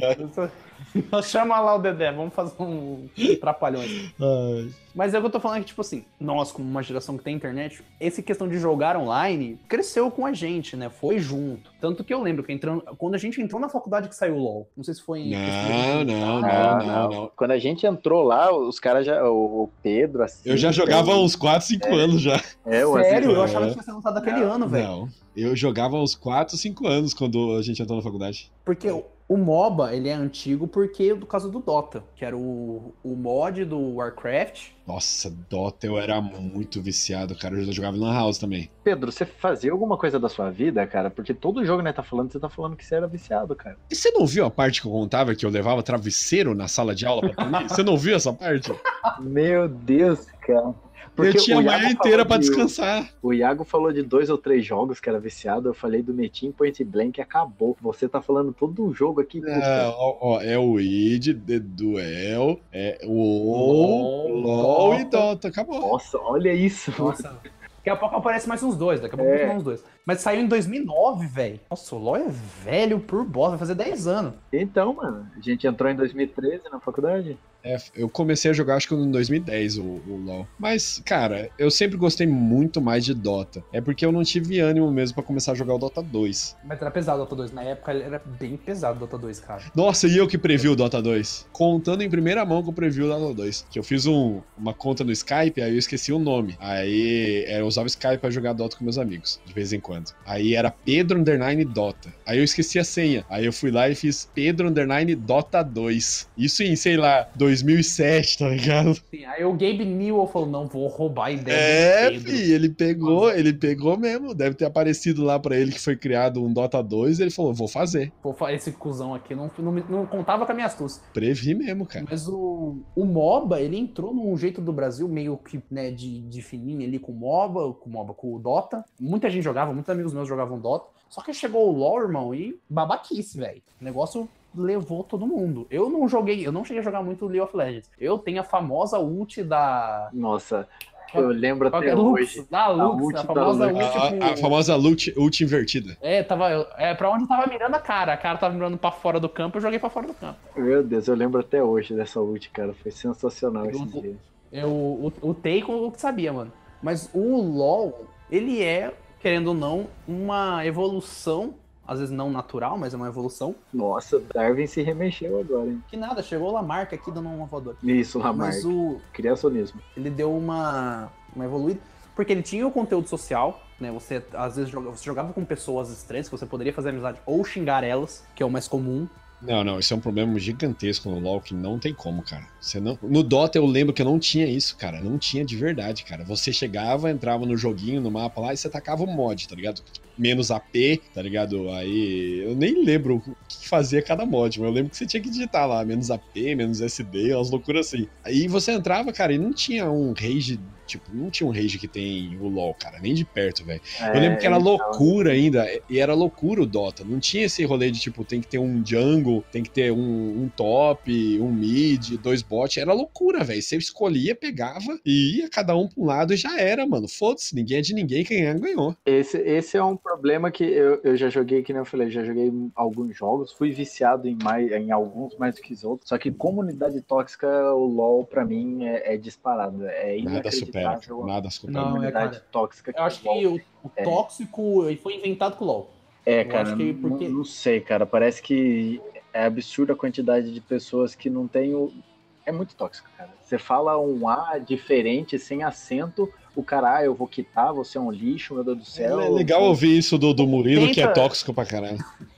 Chama lá o Dedé, vamos fazer um trapalhões. Ai. Mas é o que eu tô falando que, tipo assim, nós, como uma geração que tem internet, essa questão de jogar online cresceu com a gente, né? Foi junto. Tanto que eu lembro que entrando, quando a gente entrou na faculdade que saiu o LoL, não sei se foi em... Não, não, não, Ah, não, não. Quando a gente entrou lá, os caras já. O o Pedro, assim. Eu já jogava há uns quatro, cinco anos já. É, o Sério? Aziz- Eu achava que tinha sido lançado aquele ano, velho. Não. Eu jogava há uns quatro, cinco anos quando a gente entrou na faculdade. Porque o, o MOBA, ele é antigo porque do caso do Dota, que era o, o mod do Warcraft. Nossa, Dota, eu era muito viciado, cara. Eu já jogava em Lan House também. Pedro, você fazia alguma coisa da sua vida, cara? Porque todo jogo, né, tá falando, você tá falando que você era viciado, cara. E você não viu a parte que eu contava que eu levava travesseiro na sala de aula pra dormir? Você não viu essa parte? Meu Deus, cara. eu tinha a o manhã Iago inteira falou pra de- descansar. O Iago falou de dois ou três jogos que era viciado. Eu falei do Metin Point Blank e acabou. Você tá falando todo um jogo aqui. É, puta. ó, ó, é o id, The Duel, é o LOL, LOL e Dota. Dota, acabou. Nossa, olha isso. Nossa. Daqui a pouco aparece mais uns dois, daqui a pouco É. aparece mais uns dois. Mas saiu em dois mil e nove, velho. Nossa, o LoL é velho por bosta, vai fazer dez anos. Então, mano, a gente entrou em dois mil e treze na faculdade. É, eu comecei a jogar acho que em dois mil e dez o, o LoL. Mas, cara, eu sempre gostei muito mais de Dota. É porque eu não tive ânimo mesmo pra começar a jogar o Dota dois. Mas era pesado o Dota dois. Na época ele era bem pesado o Dota dois, cara. Nossa, e eu que previ o Dota dois? Contando em primeira mão que eu previ o Dota dois. Que eu fiz um- uma conta no Skype, aí eu esqueci o nome. Aí é, eu usava o Skype pra jogar Dota com meus amigos, de vez em quando. Aí era Pedro Underline Dota. Aí eu esqueci a senha. Aí eu fui lá e fiz Pedro Underline Dota dois. Isso em, sei lá, dois mil e sete, tá ligado? Sim, aí o Gabe Newell falou, não, vou roubar a ideia É, do Pedro. fi, ele pegou, ele pegou mesmo. Deve ter aparecido lá pra ele que foi criado um Dota dois. Ele falou, vou fazer. Pô, esse cuzão aqui não, não, me- não contava com a minha astúcia. Previ mesmo, cara. Mas o, o MOBA, ele entrou num jeito do Brasil meio que, né, de, de fininho ali com o MOBA, com o MOBA, com o Dota. Muita gente jogava, muitos amigos meus jogavam Dota. Só que chegou o LoL, irmão, e babaquice, velho. O negócio levou todo mundo. Eu não joguei, eu não cheguei a jogar muito League of Legends. Eu tenho a famosa ult da... Nossa, Eu lembro Qual que até é? Lux, hoje. da Lux, ult a da famosa Lux. ult, A, tipo... a- a famosa ult, ult invertida. É, tava, é, pra onde tava mirando a cara. A cara tava mirando pra fora do campo, eu joguei pra fora do campo. Meu Deus, eu lembro até hoje dessa ult, cara. Foi sensacional esse Eu- dia. Eu, o, o Taken eu sabia, mano. Mas o LoL, ele é, querendo ou não, uma evolução, às vezes não natural, mas é uma evolução. Nossa, Darwin se remexeu agora, hein? Que nada, chegou o Lamarck aqui dando uma voadora. Isso, Lamarck. Mas o, Criacionismo. ele deu uma, uma evoluída, porque ele tinha o conteúdo social, né? Você às vezes joga, você jogava com pessoas estranhas, que você poderia fazer amizade ou xingar elas, que é o mais comum. Não, não, isso é um problema gigantesco no LoL que não tem como, cara. Você não... No Dota eu lembro que eu não tinha isso, cara. Não tinha de verdade, cara. Você chegava, entrava no joguinho, no mapa lá, e você tacava o mod, tá ligado? Menos A P, tá ligado? Aí eu nem lembro o que fazia cada mod, mas eu lembro que você tinha que digitar lá, menos A P, menos S D, umas loucuras assim. Aí você entrava, cara, e não tinha um rage, tipo, não tinha um rage que tem o LoL, cara, nem de perto, velho. É, Eu lembro que era então, loucura ainda, e era loucura o Dota. Não tinha esse rolê de, tipo, tem que ter um jungle, tem que ter um, um top, um mid, dois bots. Era loucura, velho. Você escolhia, pegava e ia cada um pra um lado e já era, mano. Foda-se, ninguém é de ninguém, quem ganha, ganhou. Esse, esse é um problema que eu, eu já joguei, que nem eu falei, já joguei alguns jogos, fui viciado em, mais, em alguns mais do que os outros, só que comunidade tóxica, o LoL pra mim é, é disparado, é Nada supera, inacreditável nada a supera. Não, é, comunidade cara. tóxica. Eu acho que o LoL o, o é. tóxico ele foi inventado com o LoL. É, eu cara, acho que não- porque- não, sei, cara, parece que é absurda a quantidade de pessoas que não tem o... É muito tóxico, cara. Você fala um A diferente, sem acento, o cara, ah, eu vou quitar, você é um lixo, meu Deus do céu. É legal ouvir isso do, do Murilo, que é Tenta- tóxico pra caralho.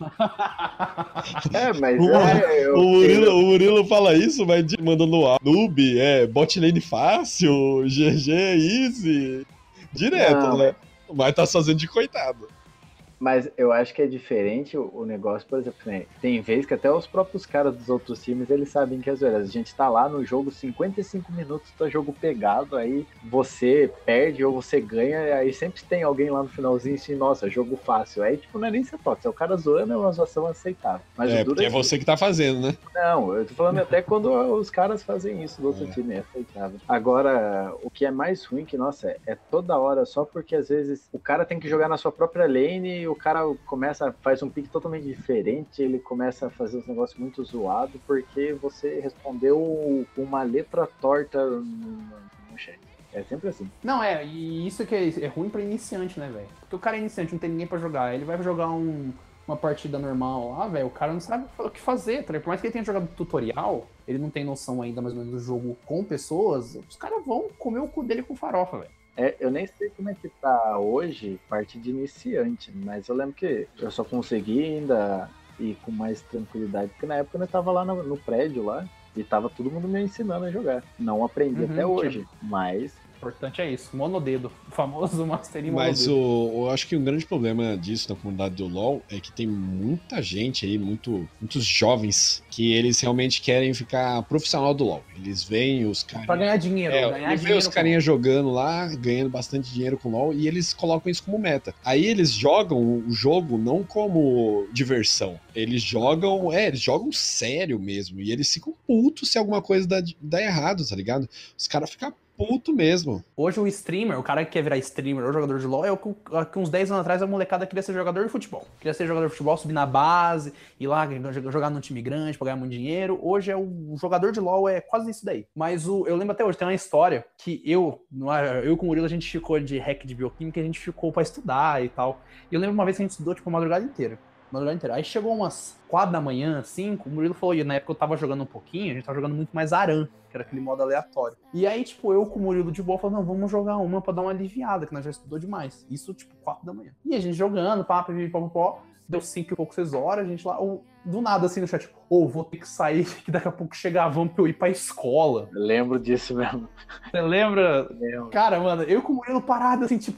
É, mas O, é, eu- o, Murilo, o Murilo fala isso, vai de- mandando a noob, é bot lane fácil, G G easy, direto, Não, né? Mas tá fazendo de coitado. Mas eu acho que é diferente o, o negócio, por exemplo, né? Tem vezes que até os próprios caras dos outros times, eles sabem que é zoeira. A gente tá lá no jogo, cinquenta e cinco minutos do jogo pegado, aí você perde ou você ganha, e aí sempre tem alguém lá no finalzinho assim, nossa, jogo fácil. Aí, tipo, não é nem ser tóxico, é o cara zoando, é uma zoação aceitável. Mas É, o duro porque é que- você que tá fazendo, né? Não, eu tô falando até quando os caras fazem isso do outro É. time, é aceitável. Agora, o que é mais ruim que, nossa, é toda hora só porque às vezes o cara tem que jogar na sua própria lane e o cara começa, faz um pick totalmente diferente, ele começa a fazer uns negócios muito zoados porque você respondeu uma letra torta no, no chat. É sempre assim. Não, é, e isso que é, é ruim pra iniciante, né, velho? Porque o cara é iniciante, não tem ninguém pra jogar. Ele vai jogar um, uma partida normal lá, velho, o cara não sabe o que fazer, tá ligado? Por mais que ele tenha jogado tutorial, ele não tem noção ainda mais ou menos do jogo com pessoas, os caras vão comer o cu dele com farofa, velho. É, eu nem sei como é que tá hoje, parte de iniciante, mas eu lembro que eu só consegui ainda ir com mais tranquilidade, porque na época eu tava lá no, no prédio lá, e tava todo mundo me ensinando a jogar. Não aprendi Uhum, até hoje, mas O importante é isso, monodedo, o famoso Mastery Mas monodedo. o, eu acho que um grande problema disso na comunidade do LoL é que tem muita gente aí, muito, muitos jovens, que eles realmente querem ficar profissional do LoL. Eles veem os caras. Pra ganhar dinheiro, É, ganhar eles veem dinheiro. os carinhas jogando lá, ganhando bastante dinheiro com LoL, e eles colocam isso como meta. Aí eles jogam o jogo não como diversão. Eles jogam, é, eles jogam sério mesmo. E eles ficam putos se alguma coisa dá, dá errado, tá ligado? Os caras ficam puto mesmo. Hoje o streamer, o cara que quer virar streamer ou jogador de LoL, é o que, que uns dez anos atrás a molecada queria ser jogador de futebol. Queria ser jogador de futebol, subir na base, ir lá jogar num time grande pra ganhar muito dinheiro. Hoje é o jogador de LoL, é quase isso daí. Mas o, eu lembro até hoje, tem uma história que eu, eu com o Murilo, a gente ficou de hack de bioquímica, a gente ficou pra estudar e tal. E eu lembro uma vez que a gente estudou, tipo, a madrugada inteira. Madrugada inteira. Aí chegou umas quatro da manhã, cinco, o Murilo falou, e na época eu tava jogando um pouquinho, a gente tava jogando muito mais Aran, que era aquele modo aleatório. E aí, tipo, eu com o Murilo de boa, falei, não, vamos jogar uma pra dar uma aliviada, que nós já estudou demais. Isso, tipo, quatro da manhã. E a gente jogando, papo, pó, deu cinco e pouco, seis horas, a gente lá, ou, do nada, assim, no chat, ou oh, vou ter que sair, que daqui a pouco chega a van pra eu ir pra escola. Eu lembro disso mesmo. Você lembra? Lembro. Cara, mano, eu com o Murilo parado, assim, tipo,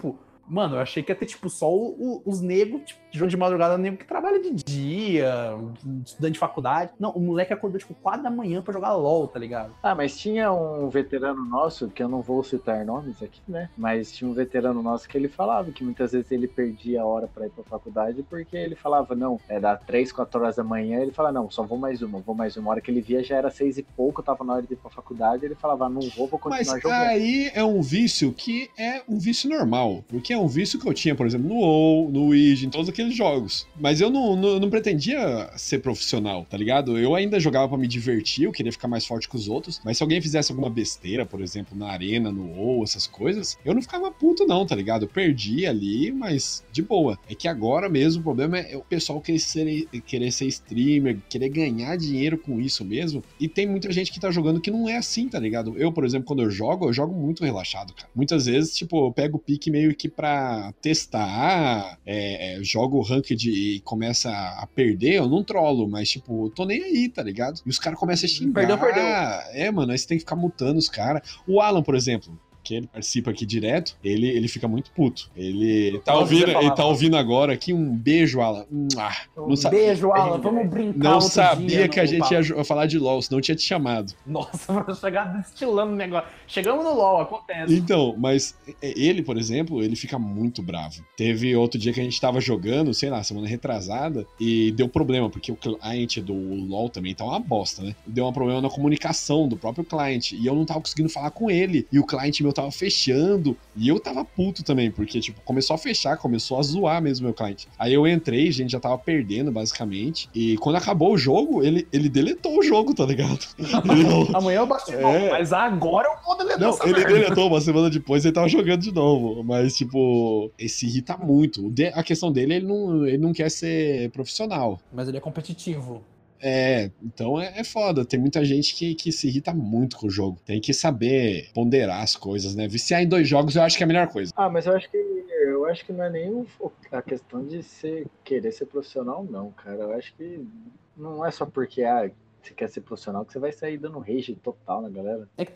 Mano, eu achei que ia ter, tipo, só o, o, os negros, tipo, de jogo de madrugada, nego que trabalha de dia, estudante de faculdade. Não, o moleque acordou, tipo, quatro da manhã pra jogar LOL, tá ligado? Ah, mas tinha um veterano nosso, que eu não vou citar nomes aqui, né? Mas tinha um veterano nosso que ele falava que muitas vezes ele perdia a hora pra ir pra faculdade, porque ele falava, não, é da três, quatro horas da manhã, ele falava, não, só vou mais uma, vou mais uma. A hora que ele via já era seis e pouco, tava na hora de ir pra faculdade, ele falava, não vou, vou continuar Mas jogando. aí é um vício que é um vício normal, porque é um vício que eu tinha, por exemplo, no WoW, no Ouija, em todos aqueles jogos. Mas eu não, não, não pretendia ser profissional, tá ligado? Eu ainda jogava pra me divertir, eu queria ficar mais forte que os outros, mas se alguém fizesse alguma besteira, por exemplo, na arena, no WoW, essas coisas, eu não ficava puto não, tá ligado? Eu perdi ali, mas de boa. É que agora mesmo o problema é o pessoal querer ser, querer ser streamer, querer ganhar dinheiro com isso mesmo, e tem muita gente que tá jogando que não é assim, tá ligado? Eu, por exemplo, quando eu jogo, eu jogo muito relaxado, cara. Muitas vezes, tipo, eu pego o pique meio que pra testar, é, é, jogo ranked e começa a perder, eu não trolo, mas, tipo, eu tô nem aí, tá ligado? E os caras começam a xingar. Perdeu, perdeu. É, mano, aí você tem que ficar mutando os caras. O Alan, por exemplo, que ele participa aqui direto, ele, ele fica muito puto. Ele tá, ouvindo, ele tá ouvindo agora aqui, um beijo, Alan. Um sa- beijo, Alan, vamos brincar. Não outro sabia dia, que a não, gente papo. ia falar de LoL, senão eu tinha te chamado. Nossa, vou chegar destilando o negócio. Chegamos no LoL, acontece. Então, mas ele, por exemplo, ele fica muito bravo. Teve outro dia que a gente tava jogando, sei lá, semana retrasada, e deu problema, porque o cliente do LoL também tá uma bosta, né? Deu um problema na comunicação do próprio cliente, e eu não tava conseguindo falar com ele, e o cliente meu tava fechando, e eu tava puto também, porque, tipo, começou a fechar, começou a zoar mesmo meu cliente. Aí eu entrei, a gente já tava perdendo, basicamente, e quando acabou o jogo, ele, ele deletou o jogo, tá ligado? Ele... Amanhã eu bati de novo, É. mas agora eu vou deletar Não, essa ele merda. deletou, uma semana depois ele tava jogando de novo, mas, tipo, ele se irrita muito. O de- A questão dele, ele não, ele não quer ser profissional. Mas ele é competitivo. É, então é, é foda. Tem muita gente que, que se irrita muito com o jogo. Tem que saber ponderar as coisas, né? Viciar em dois jogos eu acho que é a melhor coisa. Ah, mas eu acho que eu acho que não é nem o- a questão de ser, querer ser profissional, não, cara. Eu acho que não é só porque ah, você quer ser profissional que você vai sair dando rage total na galera. É que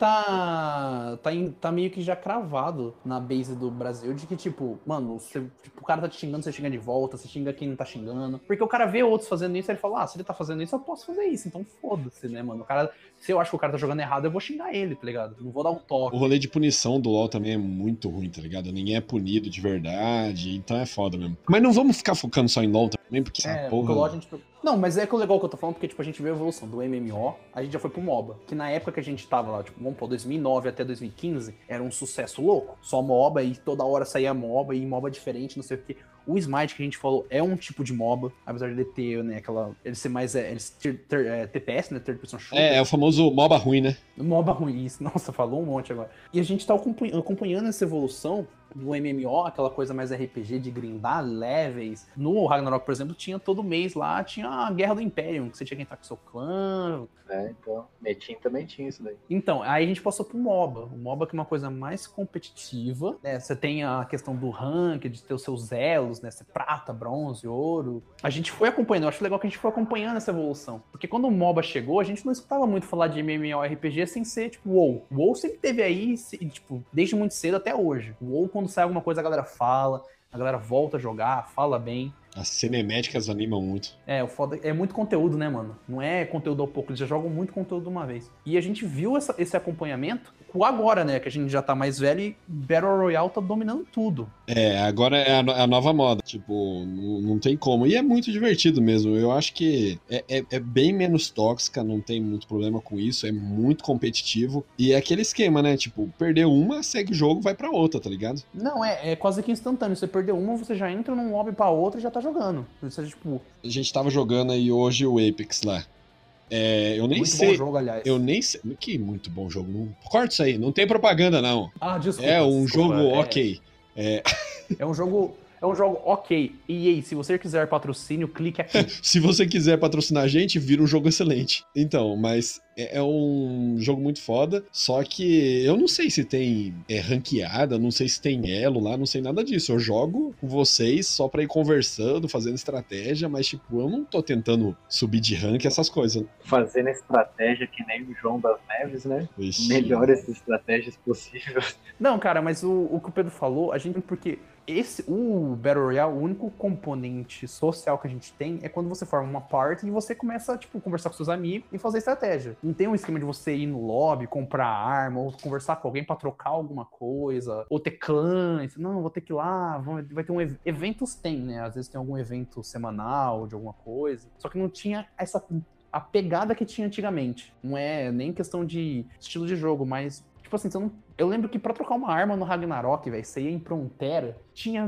tá, tá, em- tá meio que já cravado na base do Brasil de que, tipo, mano, você, tipo, o cara tá te xingando, você xinga de volta, você xinga quem não tá xingando. Porque o cara vê outros fazendo isso, ele fala, ah, se ele tá fazendo isso, eu posso fazer isso. Então foda-se, né, mano? O cara, se eu acho que o cara tá jogando errado, eu vou xingar ele, tá ligado? Não vou dar um toque. O rolê de punição do LoL também é muito ruim, tá ligado? Ninguém é punido de verdade, então é foda mesmo. Mas não vamos ficar focando só em LoL também, porque É, essa porque porra... o LoL a gente... Não, mas é que o legal que eu tô falando, porque, tipo, a gente viu a evolução do M M O, a gente já foi pro MOBA. Que na época que a gente tava lá, tipo, vamos pôr, dois mil e nove até dois mil e quinze, era um sucesso louco. Só MOBA, e toda hora saía MOBA, e MOBA diferente, não sei o que. O Smite que a gente falou é um tipo de MOBA, apesar de ele ter, né, aquela... Ele ser mais, é, ele ser, ter, é, T P S, né, Third Person Shooter. É, é o famoso MOBA ruim, né? MOBA ruim, isso. Nossa, falou um monte agora. E a gente tá acompanhando, acompanhando essa evolução do M M O, aquela coisa mais R P G de grindar levels. No Ragnarok, por exemplo, tinha todo mês lá, tinha a Guerra do Imperium, que você tinha que entrar com seu clã. É, então, Metin também tinha isso daí. Então, aí a gente passou pro MOBA. O MOBA que é uma coisa mais competitiva, né? Você tem a questão do rank, de ter os seus elos, né? Ser prata, bronze, ouro. A gente foi acompanhando, eu acho legal que a gente foi acompanhando essa evolução. Porque quando o MOBA chegou, a gente não escutava muito falar de MMORPG sem ser, tipo, WoW. O WoW sempre teve aí, tipo, desde muito cedo até hoje. O WoW, quando sai alguma coisa, a galera fala, a galera volta a jogar, fala bem. As cinemáticas animam muito. É, o foda é muito conteúdo, né, mano? Não é conteúdo ao pouco, eles já jogam muito conteúdo de uma vez. E a gente viu essa, esse acompanhamento com agora, né, que a gente já tá mais velho e Battle Royale tá dominando tudo. É, agora é a, no- a nova moda, tipo, não, não tem como. E é muito divertido mesmo, eu acho que é, é, é bem menos tóxica, não tem muito problema com isso, é muito competitivo. E é aquele esquema, né, tipo, perdeu uma, segue o jogo, vai pra outra, tá ligado? Não, é, é quase que instantâneo. Você perdeu uma, você já entra num lobby pra outra e já tá jogando. Você, tipo, A gente tava jogando aí hoje o Apex lá. É, eu nem muito sei. bom jogo, aliás. Eu nem sei. Que muito bom jogo. Não, corta isso aí, não tem propaganda, não. Ah, desculpa. É um desculpa, jogo é- ok. É, É um jogo... É um jogo ok. E aí, se você quiser patrocínio, clique aqui. se você quiser patrocinar a gente, vira um jogo excelente. Então, mas é, é um jogo muito foda. Só que eu não sei se tem é, ranqueada, não sei se tem elo lá, não sei nada disso. Eu jogo com vocês só pra ir conversando, fazendo estratégia, mas tipo, eu não tô tentando subir de rank, essas coisas. Fazendo estratégia que nem o João das Neves, né? Ixi. Melhores estratégias possíveis. Não, cara, mas o, o que o Pedro falou, a gente... Porque esse, o Battle Royale, o único componente social que a gente tem é quando você forma uma party e você começa, tipo, conversar com seus amigos e fazer estratégia. Não tem um esquema de você ir no lobby, comprar arma, ou conversar com alguém pra trocar alguma coisa, ou ter clãs. Não, vou ter que ir lá, vai ter um... Ev- eventos tem, né? Às vezes tem algum evento semanal de alguma coisa. Só que não tinha essa... a pegada que tinha antigamente. Não é nem questão de estilo de jogo, mas... Tipo assim, você não... eu lembro que pra trocar uma arma no Ragnarok, velho, você ia em Frontera, tinha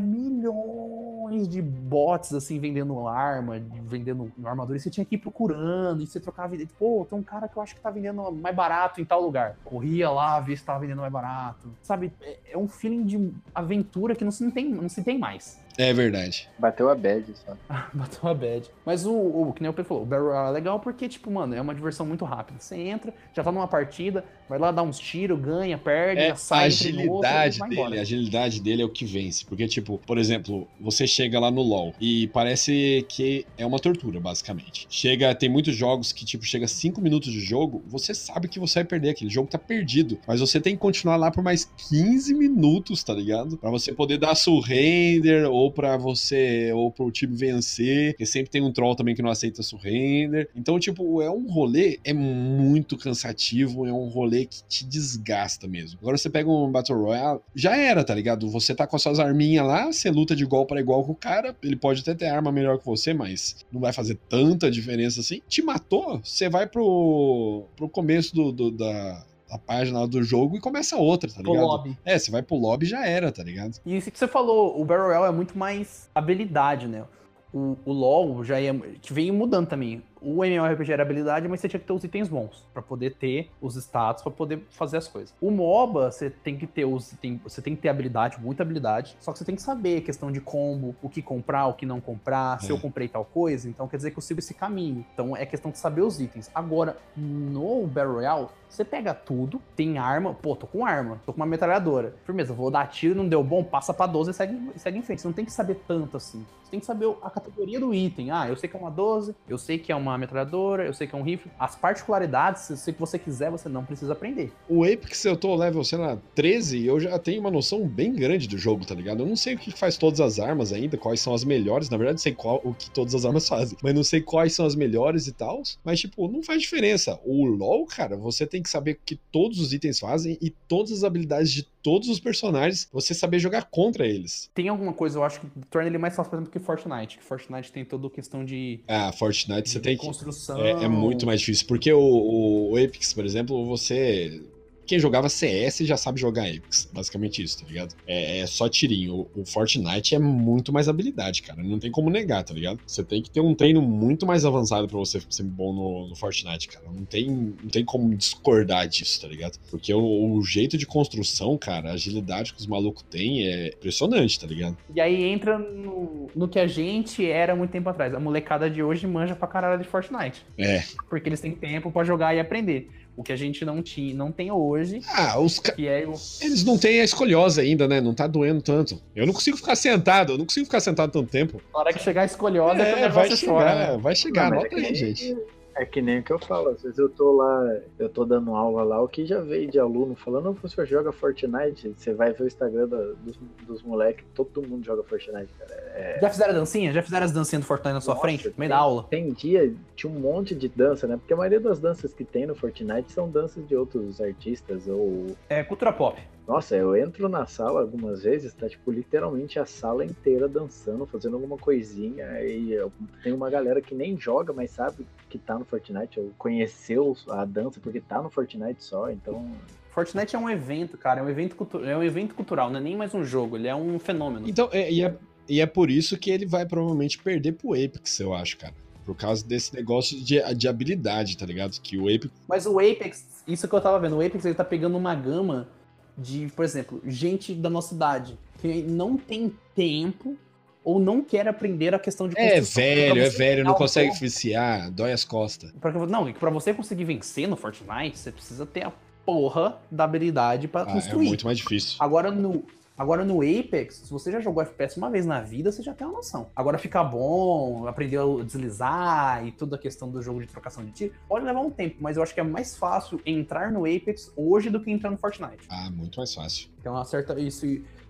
milhões de bots, assim, vendendo arma, vendendo armadura, e você tinha que ir procurando, e você trocava ideia. Pô, tem um cara que eu acho que tá vendendo mais barato em tal lugar. Corria lá, via se tava vendendo mais barato. Sabe, é, é um feeling de aventura que não se tem, não se tem mais. É verdade. Bateu a bad, só. Bateu a bad. Mas o, o que nem o Pedro falou, o Battle Royale é legal porque, tipo, mano, é uma diversão muito rápida. Você entra, já tá numa partida, vai lá dar uns tiros, ganha, perde, É, já a sai. entre no outro, agilidade e vai dele, embora. a agilidade dele é o que vence. Porque, tipo, por exemplo, você chega lá no LoL e parece que é uma tortura, basicamente. Chega, tem muitos jogos que, tipo, chega cinco minutos de jogo, você sabe que você vai perder, aquele jogo tá perdido. Mas você tem que continuar lá por mais quinze minutos, tá ligado? Pra você poder dar surrender, ou pra você ou pro time vencer, porque sempre tem um troll também que não aceita surrender. Então, tipo, é um rolê, é muito cansativo, é um rolê que te desgasta mesmo. Agora você pega um Battle Royale, já era, tá ligado? Você tá com as suas arminhas lá, você luta de igual para igual com o cara, ele pode até ter arma melhor que você, mas não vai fazer tanta diferença assim. Te matou, você vai pro, pro começo do, do da... a página do jogo e começa outra, tá ligado? Pro lobby. É, você vai pro lobby e já era, tá ligado? E isso que você falou, o Battle Royale é muito mais habilidade, né? O, o LoL já ia, veio mudando também. O MMORPG era habilidade, mas você tinha que ter os itens bons pra poder ter os status, pra poder fazer as coisas. O MOBA, você tem que ter os tem, você tem que ter habilidade, muita habilidade, só que você tem que saber a questão de combo, o que comprar, o que não comprar, se É. eu comprei tal coisa, então quer dizer que eu sigo esse caminho. Então é questão de saber os itens. Agora, no Battle Royale, você pega tudo, tem arma, pô, tô com arma, tô com uma metralhadora. Firmeza, vou dar tiro, não deu bom, passa pra doze e segue, segue em frente. Você não tem que saber tanto assim. Você tem que saber a categoria do item. Ah, eu sei que é uma doze, eu sei que é uma metralhadora, eu sei que é um rifle. As particularidades, se você quiser, você não precisa aprender. O Apex, eu tô level, sei lá, treze, eu já tenho uma noção bem grande do jogo, tá ligado? Eu não sei o que faz todas as armas ainda, quais são as melhores, na verdade sei qual, o que todas as armas fazem, mas não sei quais são as melhores e tal, mas tipo, não faz diferença. O LoL, cara, você tem que saber o que todos os itens fazem e todas as habilidades de todos os personagens, você saber jogar contra eles. Tem alguma coisa, eu acho, que torna ele mais fácil, por exemplo, que Fortnite, que Fortnite tem toda a questão de... Ah, Fortnite você tem que... construção. É, é muito mais difícil, porque o, o, o Apex, por exemplo, você... Quem jogava C S já sabe jogar Apex, basicamente isso, tá ligado? É, é só tirinho. O, o Fortnite é muito mais habilidade, cara, não tem como negar, tá ligado? Você tem que ter um treino muito mais avançado pra você ser bom no, no Fortnite, cara. Não tem, não tem como discordar disso, tá ligado? Porque o, o jeito de construção, cara, a agilidade que os malucos têm é impressionante, tá ligado? E aí entra no, no que a gente era muito tempo atrás. A molecada de hoje manja pra caralho de Fortnite. É. Porque eles têm tempo pra jogar e aprender. O que a gente não tinha, não tem hoje. Ah, os ca... que é o... Eles não têm a escoliose ainda, né? Não tá doendo tanto. Eu não consigo ficar sentado, eu não consigo ficar sentado tanto tempo. Na hora que chegar a escoliosa, É, é, que o vai negócio chegar, chora, né? vai chegar, Não, mas anota é que aí, nem- gente. É que nem o que eu falo, às vezes eu tô lá, eu tô dando aula lá, o que já veio de aluno falando, não, professor, joga Fortnite, você vai ver o Instagram da- dos, dos moleques, todo mundo joga Fortnite, cara. É, Já fizeram a dancinha? Já fizeram as dancinhas do Fortnite na sua Nossa, frente? No meio tem- da aula? Tem dia, tinha um monte de dança, né? Porque a maioria das danças que tem no Fortnite são danças de outros artistas, ou... É cultura pop. Nossa, eu entro na sala algumas vezes, tá tipo literalmente a sala inteira dançando, fazendo alguma coisinha, e eu- tem uma galera que nem joga, mas sabe que tá no Fortnite, ou conheceu a dança porque tá no Fortnite só, então... Fortnite é um evento, cara. É um evento, cultu... é um evento cultural, não é nem mais um jogo, ele é um fenômeno. Então, é, e, é, e é por isso que ele vai provavelmente perder pro Apex, eu acho, cara. Por causa desse negócio de, de habilidade, tá ligado? Que o Apex... Mas o Apex, isso que eu tava vendo, o Apex ele tá pegando uma gama de, por exemplo, gente da nossa idade que não tem tempo ou não quer aprender a questão de É construção. velho, Pra é você velho, ganhar não um consegue jogo- viciar, dói as costas. Pra, não, pra você conseguir vencer no Fortnite, você precisa ter a porra da habilidade pra Ah, é construir. muito mais difícil. Agora no, agora no Apex, se você já jogou F P S uma vez na vida, você já tem uma noção. Agora ficar bom, aprender a deslizar e toda a questão do jogo de trocação de tiro, pode levar um tempo, mas eu acho que é mais fácil entrar no Apex hoje do que entrar no Fortnite. Ah, muito mais fácil. Tem uma certa... Isso,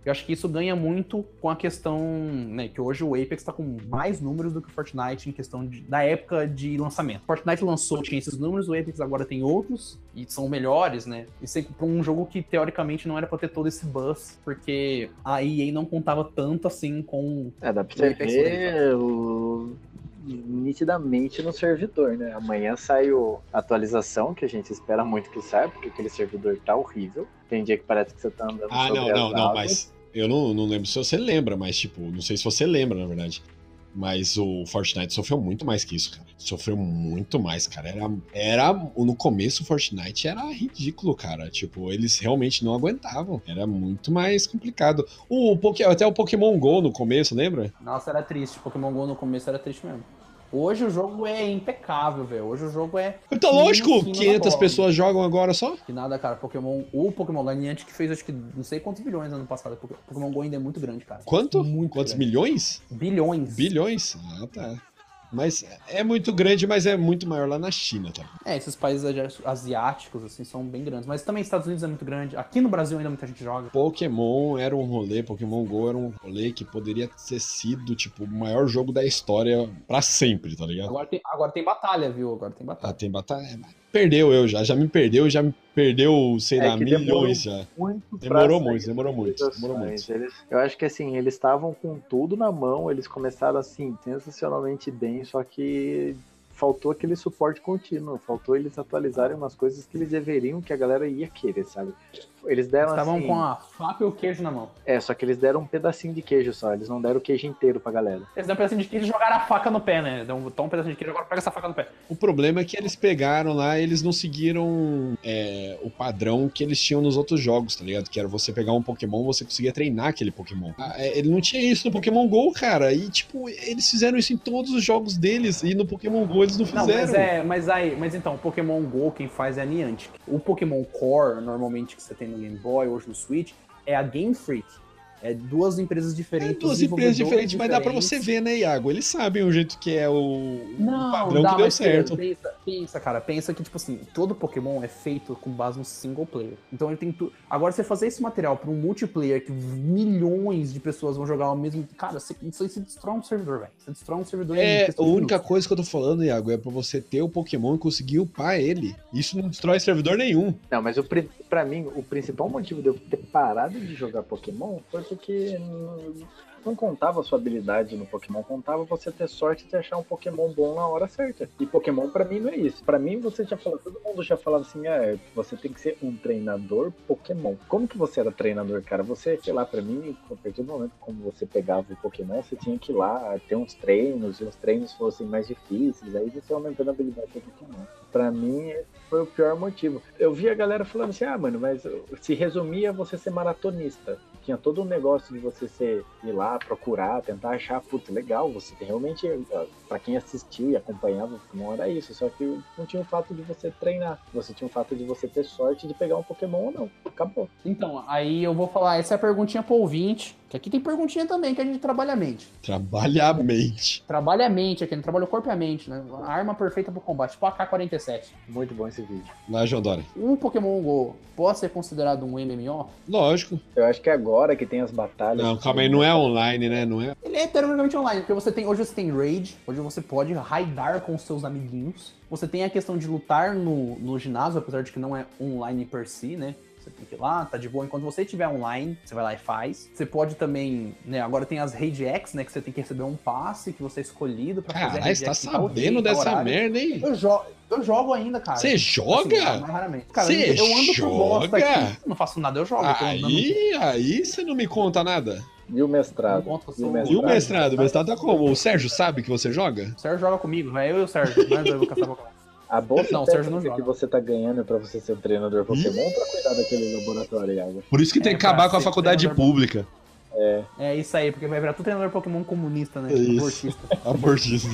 Eu acho que isso ganha muito com a questão, né, que hoje o Apex tá com mais números do que o Fortnite em questão de, da época de lançamento. O Fortnite lançou, tinha esses números, o Apex agora tem outros, e são melhores, né? Isso é pra um jogo que, teoricamente, não era pra ter todo esse buzz, porque a E A não contava tanto, assim, com... É, dá pra você ver o... nitidamente no servidor, né? Amanhã sai a atualização, que a gente espera muito que saia, porque aquele servidor tá horrível. Tem dia que parece que você tá andando Ah, sobre não, as não, não, águas. mas eu não, não lembro se você lembra, mas tipo, não sei se você lembra, na verdade. Mas o Fortnite sofreu muito mais que isso, cara. Sofreu muito mais, cara. Era, era no começo o Fortnite era ridículo, cara. Tipo, eles realmente não aguentavam. Era muito mais complicado. O Poké, até o Pokémon Go no começo, lembra? Nossa, era triste. Pokémon Go no começo era triste mesmo. Hoje o jogo é impecável, velho. Hoje o jogo é... Então, lógico, quinhentas pessoas jogam agora só. Que nada, cara. Pokémon... O Pokémon Go, antes que fez, acho que não sei quantos bilhões ano passado. O Pokémon Go ainda é muito grande, cara. Quanto? Muito Quantos grande. milhões? Bilhões. Bilhões? Ah, tá. Mas é muito grande, mas é muito maior lá na China, tá? É, esses países asiáticos, assim, são bem grandes. Mas também Estados Unidos é muito grande. Aqui no Brasil ainda muita gente joga. Pokémon era um rolê, Pokémon Go era um rolê que poderia ter sido, tipo, o maior jogo da história pra sempre, tá ligado? Agora tem, agora tem batalha, viu? Agora tem batalha. Ah, tem batalha. Perdeu eu já, já me perdeu, já me perdeu, sei É lá, que demorou milhões já. Muito Demorou pra muito, sair demorou muito, atualizações. demorou muito. Eles, eu acho que assim, eles estavam com tudo na mão, eles começaram assim, sensacionalmente bem, só que faltou aquele suporte contínuo, faltou eles atualizarem umas coisas que eles deveriam, que a galera ia querer, sabe? Eles deram Estavam assim... com a faca e o queijo na mão. É, só que eles deram um pedacinho de queijo só, eles não deram o queijo inteiro pra galera. Eles deram um pedacinho de queijo e jogaram a faca no pé, né? Dão um pedacinho de queijo, agora pega essa faca no pé. O problema é que eles pegaram lá, eles não seguiram é, o padrão que eles tinham nos outros jogos, tá ligado? Que era você pegar um Pokémon, você conseguia treinar aquele Pokémon. Ah, é, ele não tinha isso no Pokémon GO, cara. E, tipo, eles fizeram isso em todos os jogos deles. E no Pokémon GO eles não fizeram. Não, mas é, mas aí, mas então, o Pokémon GO quem faz é a Niantic. O Pokémon Core, normalmente, que você tem no Game Boy, hoje no Switch, é a Game Freak. É duas empresas diferentes. É duas empresas diferentes, mas dá pra você ver, né, Iago? Eles sabem o jeito que é o, Não, o padrão dá, que deu mas certo. Pensa, pensa, cara, pensa que, tipo assim, todo Pokémon é feito com base no single player. Então ele tem tudo. Agora, você fazer esse material pra um multiplayer que milhões de pessoas vão jogar ao mesmo. Cara, você, você destrói um servidor, velho. Você destrói um servidor. É, a única coisa que eu tô falando, Iago, é pra você ter o Pokémon e conseguir upar ele. Isso não destrói servidor nenhum. Não, mas o, pra mim, o principal motivo de eu ter parado de jogar Pokémon foi porque não, não contava a sua habilidade no Pokémon, contava você ter sorte de achar um Pokémon bom na hora certa. E Pokémon pra mim não é isso. Pra mim você já falou, todo mundo já falava assim, ah, você tem que ser um treinador Pokémon. Como que você era treinador, cara? Você, sei lá, pra mim, a partir do momento como você pegava o Pokémon, você tinha que ir lá ter uns treinos, e os treinos fossem mais difíceis, aí você aumentando a habilidade do Pokémon. Pra mim, foi o pior motivo. Eu vi a galera falando assim, ah, mano, mas se resumia você ser maratonista. Tinha todo um negócio de você ser, ir lá, procurar, tentar achar, putz, legal, você realmente, pra quem assistiu e acompanhava o Pokémon, era isso, só que não tinha o fato de você treinar, você tinha o fato de você ter sorte de pegar um Pokémon ou não, acabou. Então, aí eu vou falar, essa é a perguntinha pro ouvinte, que aqui tem perguntinha também, que a gente trabalha a mente. Trabalha a mente. Trabalha a mente aqui, não trabalha o corpo e a mente, né? A arma perfeita pro combate, tipo a A K quarenta e sete. Muito bom esse vídeo. Lá, João Dória. O Pokémon GO pode ser considerado um M M O? Lógico. Eu acho que agora que tem as batalhas... Não, calma aí, não é online, né? Não é... Ele é teoricamente online, porque você tem, hoje você tem raid, hoje você pode raidar com seus amiguinhos. Você tem a questão de lutar no, no ginásio, apesar de que não é online per si, né? Você tem que ir lá, tá de boa. Enquanto você estiver online, você vai lá e faz. Você pode também, né? Agora tem as Raid X, né? Que você tem que receber um passe, que você é escolhido pra fazer a Caralho, Raid você tá X. sabendo dessa merda, hein? Eu, jo eu jogo ainda, cara. Você joga? Assim, mais raramente. Cara, Você eu, eu ando por bosta joga? aqui. Eu não faço nada, eu jogo. eu tô andando- Aí, aí você não me conta nada. E o mestrado? Não conta, eu E o sou- E o mestrado? O mestrado tá como? O Sérgio sabe que você joga? O Sérgio joga comigo, é eu e o Sérgio. Mas eu vou caçar Pokémon. A bolsa Não, o Sérgio não técnica joga. que você tá ganhando é pra você ser um treinador Pokémon pra cuidar daquele laboratório, Iago? Por isso que tem É, que acabar pra com a ser faculdade treinador pública. É. É isso aí, porque vai virar tudo treinador Pokémon comunista, né? É Tipo, isso. abortista. Abortista.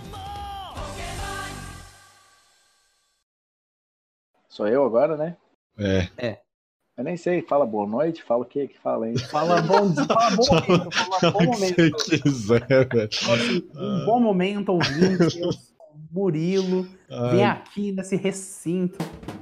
Sou eu agora, né? É. É. Eu nem sei, fala boa noite, fala o que que fala aí. Fala bom dia, fala bom momento, fala bom O que momento. você quiser, velho. Fala assim, um bom momento, ouvinte, eu sou o Murilo, vem aqui nesse recinto